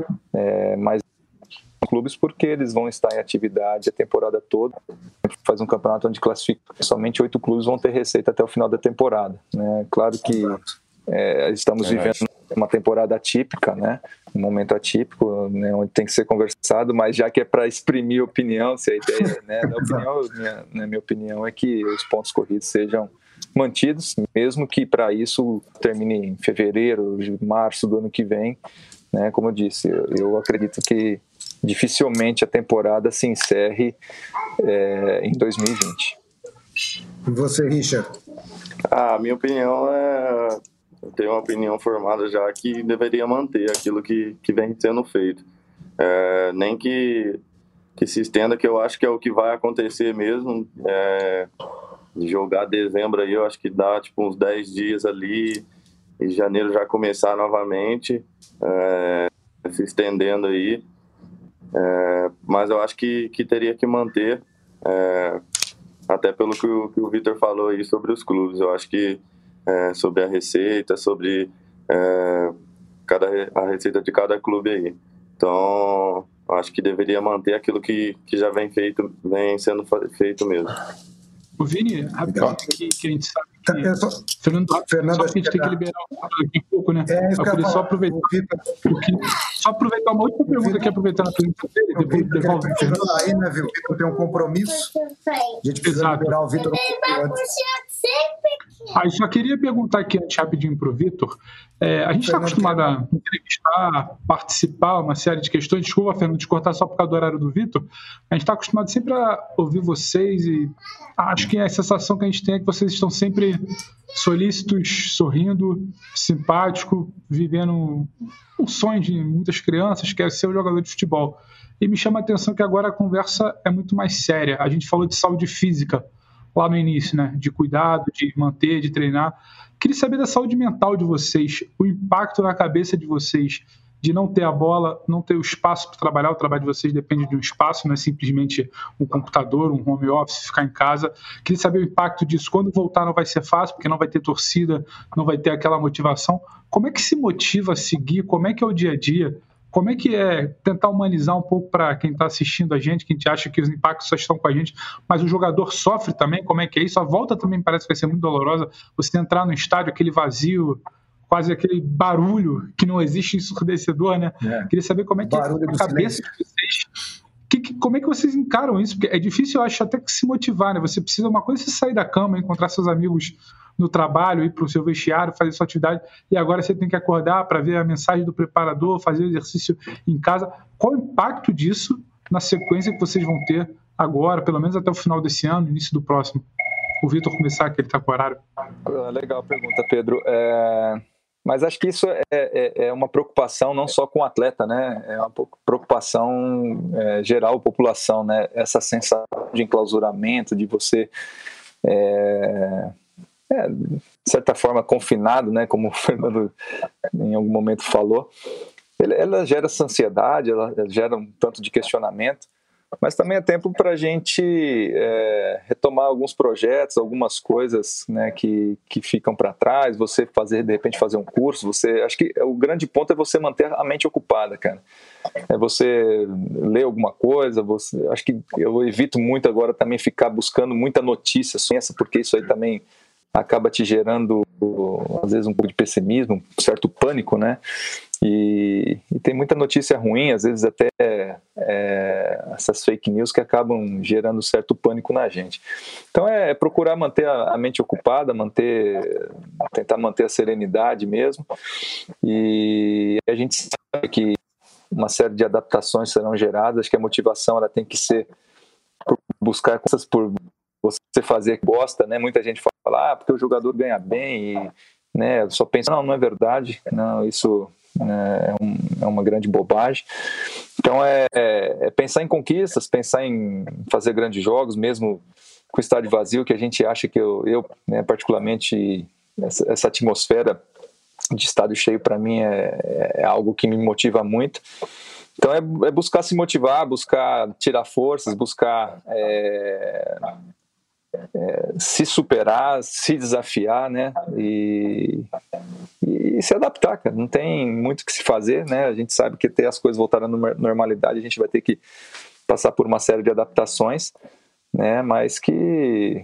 mais clubes, porque eles vão estar em atividade a temporada toda. Faz um campeonato onde classifica somente 8 clubes vão ter receita até o final da temporada, né? Claro que estamos vivendo uma temporada atípica, né? Um momento atípico, né? Onde tem que ser conversado, mas já que é para exprimir opinião, se a ideia, né? Minha opinião é que os pontos corridos sejam mantidos, mesmo que para isso termine em fevereiro, março do ano que vem, né? Como eu disse, eu acredito que dificilmente a temporada se encerre em 2020. E você, Richard? A minha opinião eu tenho uma opinião formada já que deveria manter aquilo que vem sendo feito. Nem que se estenda, que eu acho que é o que vai acontecer mesmo. De jogar dezembro aí, eu acho que dá tipo uns 10 dias ali, e janeiro já começar novamente, se estendendo aí. Mas eu acho que teria que manter, até pelo que o Vitor falou aí sobre os clubes. Eu acho que sobre a receita, sobre a receita de cada clube aí. Então, eu acho que deveria manter aquilo que já vem sendo feito mesmo. O Vini, rapidinho, que a gente sabe que Fernando, só que a gente tem que liberar aqui um pouco, né? Eu queria só aproveitar uma última pergunta aqui, aproveitando a pergunta dele, depois devolve o Fernando. Aí, né, viu? O Vitor tem um compromisso. A gente precisa liberar o Vitor antes. Eu só queria perguntar aqui antes rapidinho para o Vitor. A gente está acostumado a entrevistar, participar, uma série de questões. Desculpa, Fernando, te cortar só por causa do horário do Vitor. A gente está acostumado sempre a ouvir vocês e acho que a sensação que a gente tem é que vocês estão sempre solícitos, sorrindo, simpático, vivendo um sonho de muitas crianças, que é ser um jogador de futebol. E me chama a atenção que agora a conversa é muito mais séria. A gente falou de saúde física lá no início, né? De cuidado, de manter, de treinar. Queria saber da saúde mental de vocês, o impacto na cabeça de vocês de não ter a bola, não ter o espaço para trabalhar. O trabalho de vocês depende de um espaço, não é simplesmente um computador, um home office, ficar em casa. Queria saber o impacto disso. Quando voltar não vai ser fácil, porque não vai ter torcida, não vai ter aquela motivação. Como é que se motiva a seguir? Como é que é o dia a dia? Como é que é tentar humanizar um pouco para quem está assistindo a gente, que a gente acha que os impactos só estão com a gente, mas o jogador sofre também? Como é que é isso? A volta também parece que vai ser muito dolorosa. Você entrar no estádio, aquele vazio, quase aquele barulho que não existe, ensurdecedor, né? Queria saber como é que é a cabeça de vocês. Como é que vocês encaram isso? Porque é difícil, eu acho, até que se motivar, né? Você precisa, uma coisa é você sair da cama, encontrar seus amigos no trabalho, ir para o seu vestiário, fazer sua atividade, e agora você tem que acordar para ver a mensagem do preparador, fazer o exercício em casa. Qual o impacto disso na sequência que vocês vão ter agora, pelo menos até o final desse ano, início do próximo? O Vitor começar, que ele está com o horário. Legal a pergunta, Pedro. Mas acho que isso é uma preocupação não só com o atleta, né? É uma preocupação geral, população, né? Essa sensação de enclausuramento, de você, de certa forma, confinado, né? Como o Fernando em algum momento falou. Ela gera essa ansiedade, ela gera um tanto de questionamento, mas também é tempo para a gente retomar alguns projetos, algumas coisas, né, que ficam para trás, você de repente fazer um curso, acho que o grande ponto é você manter a mente ocupada, cara. É você ler alguma coisa, acho que eu evito muito agora também ficar buscando muita notícia, porque isso aí também acaba te gerando, às vezes, um pouco de pessimismo, um certo pânico, né? E tem muita notícia ruim, às vezes até essas fake news que acabam gerando certo pânico na gente. Então é procurar manter a mente ocupada, tentar manter a serenidade mesmo, e a gente sabe que uma série de adaptações serão geradas. Acho que a motivação ela tem que ser por buscar coisas, por você fazer o que gosta, né? Muita gente fala, porque o jogador ganha bem, e, né, só pensa, não é verdade, não, isso é uma grande bobagem. Então é pensar em conquistas, pensar em fazer grandes jogos, mesmo com o estádio vazio, que a gente acha que eu né, particularmente, essa atmosfera de estádio cheio para mim é algo que me motiva muito. Então é buscar se motivar, buscar tirar forças, buscar se superar, se desafiar, né? E se adaptar, cara. Não tem muito o que se fazer, né? A gente sabe que até as coisas voltarem à normalidade, a gente vai ter que passar por uma série de adaptações, né? Mas que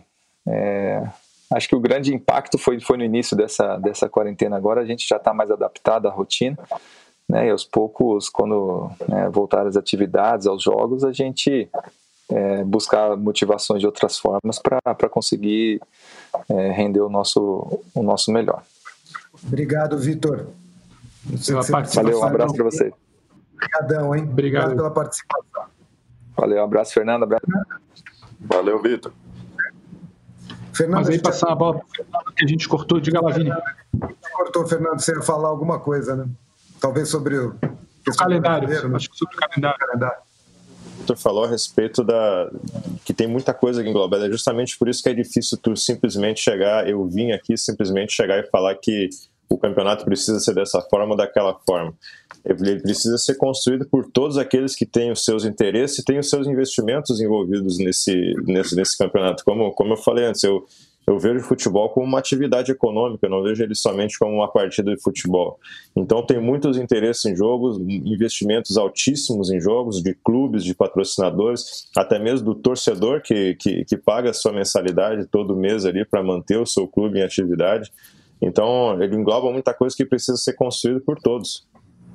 acho que o grande impacto foi no início dessa quarentena. Agora a gente já está mais adaptado à rotina, né? E aos poucos, quando voltar às atividades, aos jogos, a gente buscar motivações de outras formas para conseguir render o nosso melhor. Obrigado, Vitor. Valeu, um abraço para vocês. Obrigadão, hein? Obrigado pela participação. Valeu, um abraço, Fernando. Abraço. Valeu, Vitor. Fernando, mas aí passar a bola que a gente cortou, diga lá, Vini. Cortou, Fernando, você ia falar alguma coisa, né? Talvez sobre o calendário, né? acho que sobre o calendário. Tu falou a respeito que tem muita coisa englobada, é justamente por isso que é difícil tu simplesmente chegar, eu vim aqui simplesmente chegar e falar que o campeonato precisa ser dessa forma ou daquela forma. Ele precisa ser construído por todos aqueles que têm os seus interesses e têm os seus investimentos envolvidos nesse campeonato. Como eu falei antes, eu vejo o futebol como uma atividade econômica, eu não vejo ele somente como uma partida de futebol. Então tem muitos interesses em jogos, investimentos altíssimos em jogos, de clubes, de patrocinadores, até mesmo do torcedor que paga a sua mensalidade todo mês ali para manter o seu clube em atividade. Então ele engloba muita coisa que precisa ser construída por todos.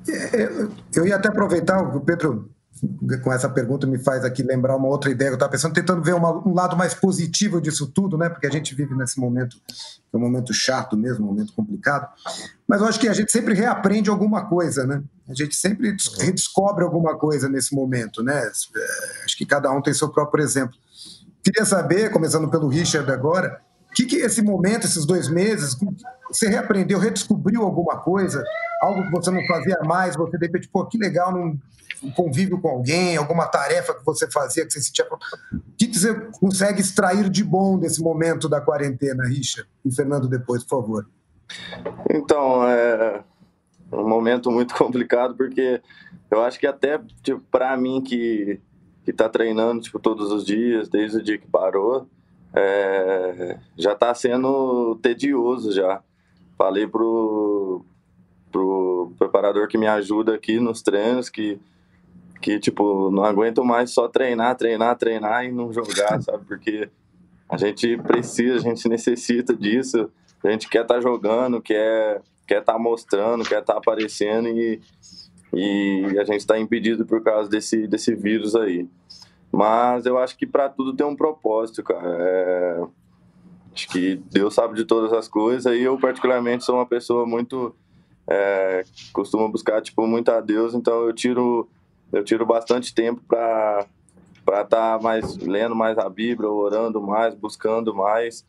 Eu ia até aproveitar o que o Pedro, com essa pergunta, me faz aqui lembrar uma outra ideia que eu estava pensando, tentando ver um lado mais positivo disso tudo, né? Porque a gente vive nesse momento, é um momento chato mesmo, um momento complicado, mas eu acho que a gente sempre reaprende alguma coisa, né? A gente sempre redescobre alguma coisa nesse momento, né? Acho que cada um tem seu próprio exemplo. Queria saber, começando pelo Richard agora, o que esse momento, esses 2 meses, você reaprendeu, redescobriu alguma coisa, algo que você não fazia mais, você de repente, que legal, um convívio com alguém, alguma tarefa que você fazia, que você sentia... O que você consegue extrair de bom desse momento da quarentena, Richard? E Fernando depois, por favor. Então, um momento muito complicado, porque eu acho que até, tipo, para mim que tá treinando, tipo, todos os dias, desde o dia que parou, já tá sendo tedioso já. Falei pro preparador que me ajuda aqui nos treinos que tipo, não aguento mais só treinar e não jogar, sabe? Porque a gente precisa, a gente necessita disso, a gente quer estar jogando, quer estar mostrando, quer estar aparecendo e a gente está impedido por causa desse vírus aí. Mas eu acho que para tudo tem um propósito, cara. Acho que Deus sabe de todas as coisas e eu particularmente sou uma pessoa muito... costumo buscar, tipo, muito a Deus, então eu tiro bastante tempo para estar lendo mais a Bíblia, orando mais, buscando mais,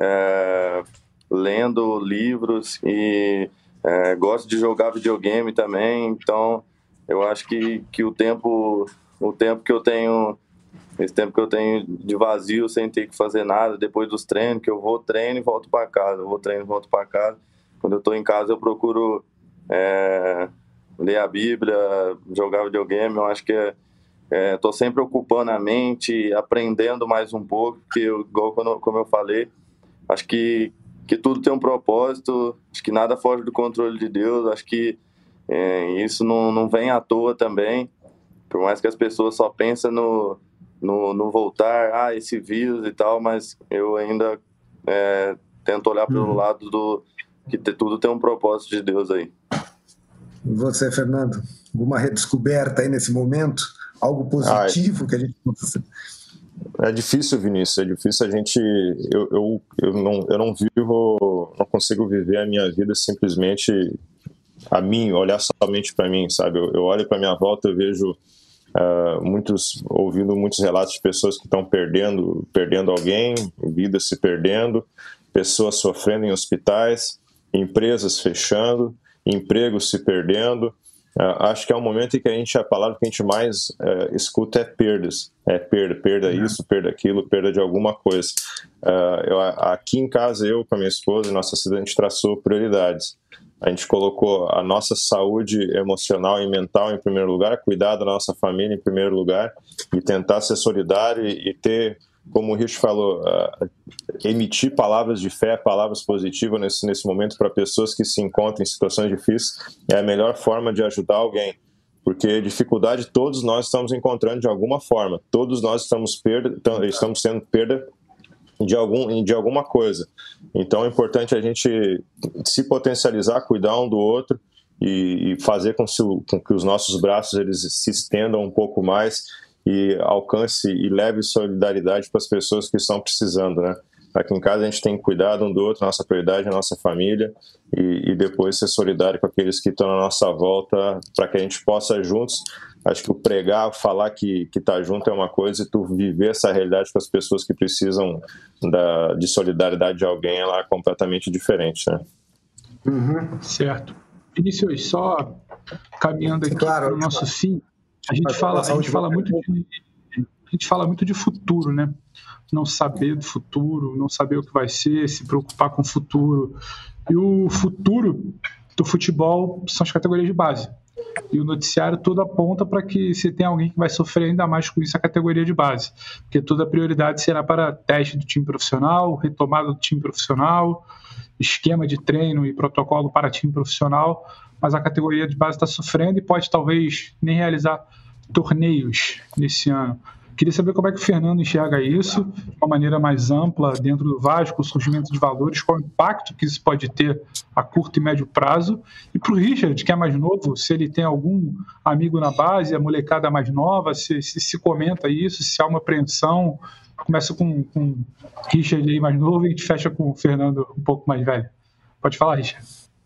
lendo livros e gosto de jogar videogame também. Então eu acho que o tempo que eu tenho, esse tempo que eu tenho de vazio sem ter que fazer nada, depois dos treinos, que eu vou treino e volto para casa, quando eu estou em casa eu procuro ler a Bíblia, jogar videogame. Eu acho que estou sempre ocupando a mente, aprendendo mais um pouco, porque igual como eu falei, acho que tudo tem um propósito, acho que nada foge do controle de Deus, acho que isso não vem à toa também, por mais que as pessoas só pensem no voltar, esse vírus e tal, mas eu ainda tento olhar pelo lado que tudo tem um propósito de Deus aí. E você, Fernando? Alguma redescoberta aí nesse momento? Algo positivo que a gente possa... É difícil, Vinícius, é difícil a gente... Eu não consigo viver a minha vida simplesmente a mim, olhar somente para mim, sabe? Eu olho para minha volta, eu vejo ouvindo muitos relatos de pessoas que estão perdendo alguém, vidas se perdendo, pessoas sofrendo em hospitais, empresas fechando, empregos se perdendo. Acho que é um momento em que a palavra que a gente mais escuta é perdas. Perda isso, perda aquilo, perda de alguma coisa. Aqui em casa, eu com a minha esposa e nossa cidade, a gente traçou prioridades. A gente colocou a nossa saúde emocional e mental em primeiro lugar, cuidar da nossa família em primeiro lugar e tentar ser solidário e ter, como o Rich falou, emitir palavras de fé, palavras positivas nesse momento para pessoas que se encontram em situações difíceis. É a melhor forma de ajudar alguém, porque dificuldade todos nós estamos encontrando de alguma forma, todos nós estamos tendo perda de alguma coisa. Então é importante a gente se potencializar, cuidar um do outro e fazer com que os nossos braços eles se estendam um pouco mais e alcance e leve solidariedade para as pessoas que estão precisando, né? Aqui em casa a gente tem que cuidar um do outro, nossa prioridade é a nossa família e depois ser solidário com aqueles que estão na nossa volta para que a gente possa juntos, acho que o pregar, falar que tá junto é uma coisa e tu viver essa realidade com as pessoas que precisam de solidariedade de alguém, ela é completamente diferente, né? Certo. Vinícius, só caminhando aqui para o nosso fim, a gente fala muito de futuro, né? Não saber do futuro, não saber o que vai ser, se preocupar com o futuro. E o futuro do futebol são as categorias de base. E o noticiário todo aponta para que se tem alguém que vai sofrer ainda mais com isso, a categoria de base. Porque toda a prioridade será para teste do time profissional, retomada do time profissional, esquema de treino e protocolo para time profissional, mas a categoria de base está sofrendo e pode talvez nem realizar torneios nesse ano. Queria saber como é que o Fernando enxerga isso de uma maneira mais ampla dentro do Vasco, o surgimento de valores, qual o impacto que isso pode ter a curto e médio prazo. E para o Richard, que é mais novo, se ele tem algum amigo na base, a molecada mais nova, se comenta isso, se há uma apreensão. Começa com o Richard aí mais novo e a gente fecha com o Fernando um pouco mais velho. Pode falar, Richard.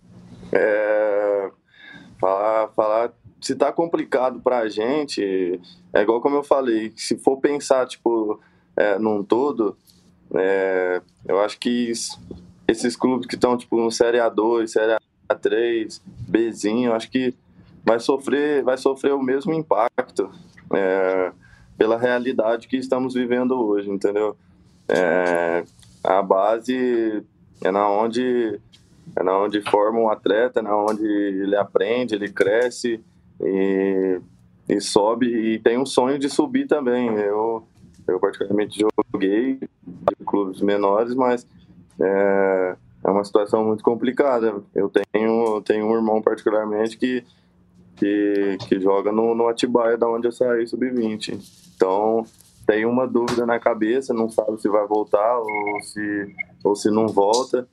Falar se tá complicado pra gente, é igual como eu falei, se for pensar, tipo, num todo, eu acho que esses clubes que estão, tipo, no Série A2, Série A3, Bzinho, eu acho que vai sofrer o mesmo impacto, pela realidade que estamos vivendo hoje, entendeu? A base é na onde É na onde forma um atleta, é na onde ele aprende, ele cresce e sobe, e tem um sonho de subir também. Eu particularmente joguei de clubes menores, mas é uma situação muito complicada. Eu tenho um irmão particularmente que joga no Atibaia, da onde eu saí, sub-20. Então tem uma dúvida na cabeça, não sabe se vai voltar ou se não volta,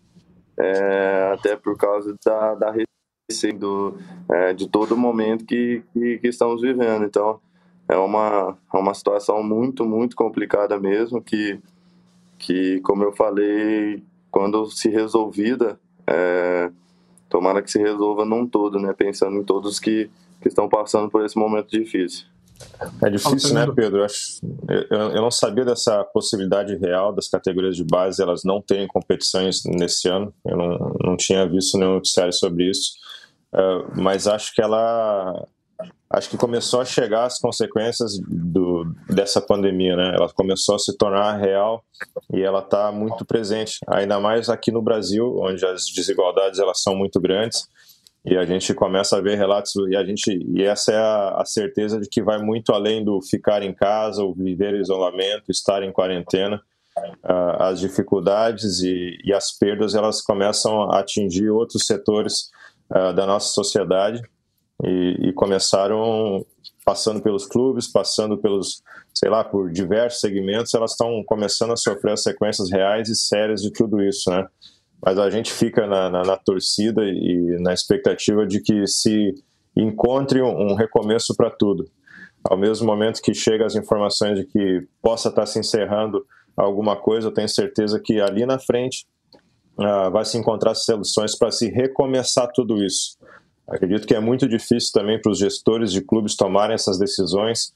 até por causa da receita de todo momento que estamos vivendo. Então é uma situação muito, muito complicada mesmo, que como eu falei, quando se resolvida, tomara que se resolva num todo, né? Pensando em todos que estão passando por esse momento difícil. É difícil, né, Pedro? Eu não sabia dessa possibilidade real das categorias de base, elas não terem competições nesse ano. Eu não tinha visto nenhum noticiário sobre isso, mas acho que começou a chegar as consequências dessa pandemia, né? Ela começou a se tornar real e ela está muito presente, ainda mais aqui no Brasil, onde as desigualdades elas são muito grandes, e a gente começa a ver relatos, e essa é a certeza de que vai muito além do ficar em casa, ou viver isolamento, estar em quarentena. As dificuldades e as perdas elas começam a atingir outros setores da nossa sociedade, e começaram passando pelos clubes, passando por diversos segmentos, elas estão começando a sofrer as sequências reais e sérias de tudo isso, né? Mas a gente fica na torcida e na expectativa de que se encontre um recomeço para tudo. Ao mesmo momento que chegam as informações de que possa estar se encerrando alguma coisa, eu tenho certeza que ali na frente vai se encontrar soluções para se recomeçar tudo isso. Acredito que é muito difícil também para os gestores de clubes tomarem essas decisões,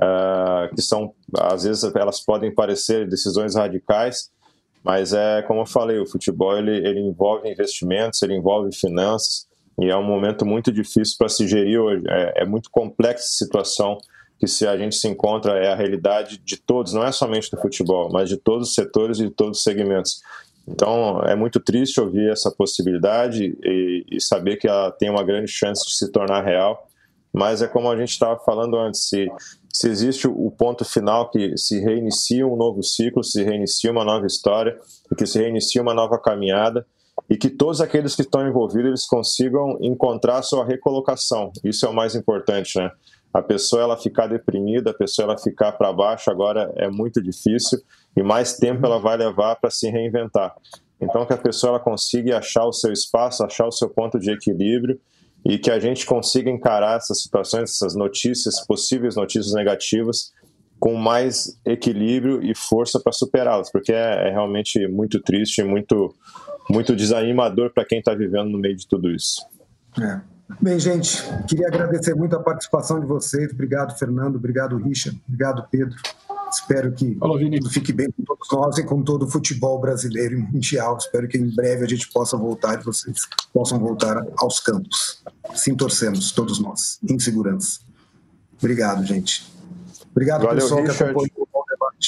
que são, às vezes, elas podem parecer decisões radicais, mas como eu falei, o futebol ele envolve investimentos, ele envolve finanças, e é um momento muito difícil para se gerir hoje. É muito complexa a situação que se a gente se encontra, é a realidade de todos, não é somente do futebol, mas de todos os setores e de todos os segmentos. Então é muito triste ouvir essa possibilidade e saber que ela tem uma grande chance de se tornar real, mas é como a gente estava falando antes, se existe o ponto final que se reinicia um novo ciclo, se reinicia uma nova história, que se reinicia uma nova caminhada, e que todos aqueles que estão envolvidos eles consigam encontrar a sua recolocação. Isso é o mais importante, né? A pessoa ela ficar deprimida, a pessoa ela ficar para baixo agora é muito difícil, e mais tempo ela vai levar para se reinventar. Então que a pessoa ela consiga achar o seu espaço, achar o seu ponto de equilíbrio, e que a gente consiga encarar essas situações, essas notícias, possíveis notícias negativas, com mais equilíbrio e força para superá-las, porque é realmente muito triste e muito desanimador para quem está vivendo no meio de tudo isso. Bem, gente, queria agradecer muito a participação de vocês. Obrigado, Fernando. Obrigado, Richard. Obrigado, Pedro. Espero que tudo fique bem com todos nós e com todo o futebol brasileiro e mundial. Espero que em breve a gente possa voltar e vocês possam voltar aos campos. Assim torcemos, todos nós, em segurança. Obrigado, gente. Obrigado, valeu, pessoal, Richard, que acompanhou o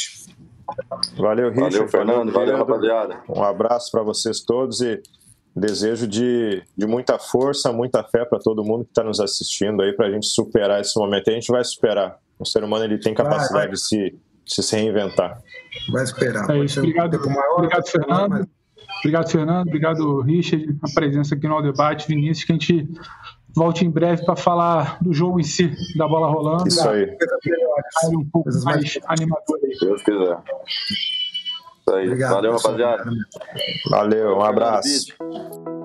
debate. Valeu, Richard. Valeu, Fernando. Valeu, rapaziada. Um abraço para vocês todos e desejo de muita força, muita fé para todo mundo que está nos assistindo aí, para a gente superar esse momento. E a gente vai superar. O ser humano ele tem capacidade de se reinventar. Vai esperar. É isso. Obrigado, Fernando. Obrigado, Fernando. Obrigado, Richard, a presença aqui no All Debate. Vinícius, que a gente volte em breve para falar do jogo em si, da bola rolando. Isso aí. Um pouco mais animador aí. Se Deus quiser. Isso aí. Obrigado, valeu, rapaziada. Valeu, um abraço.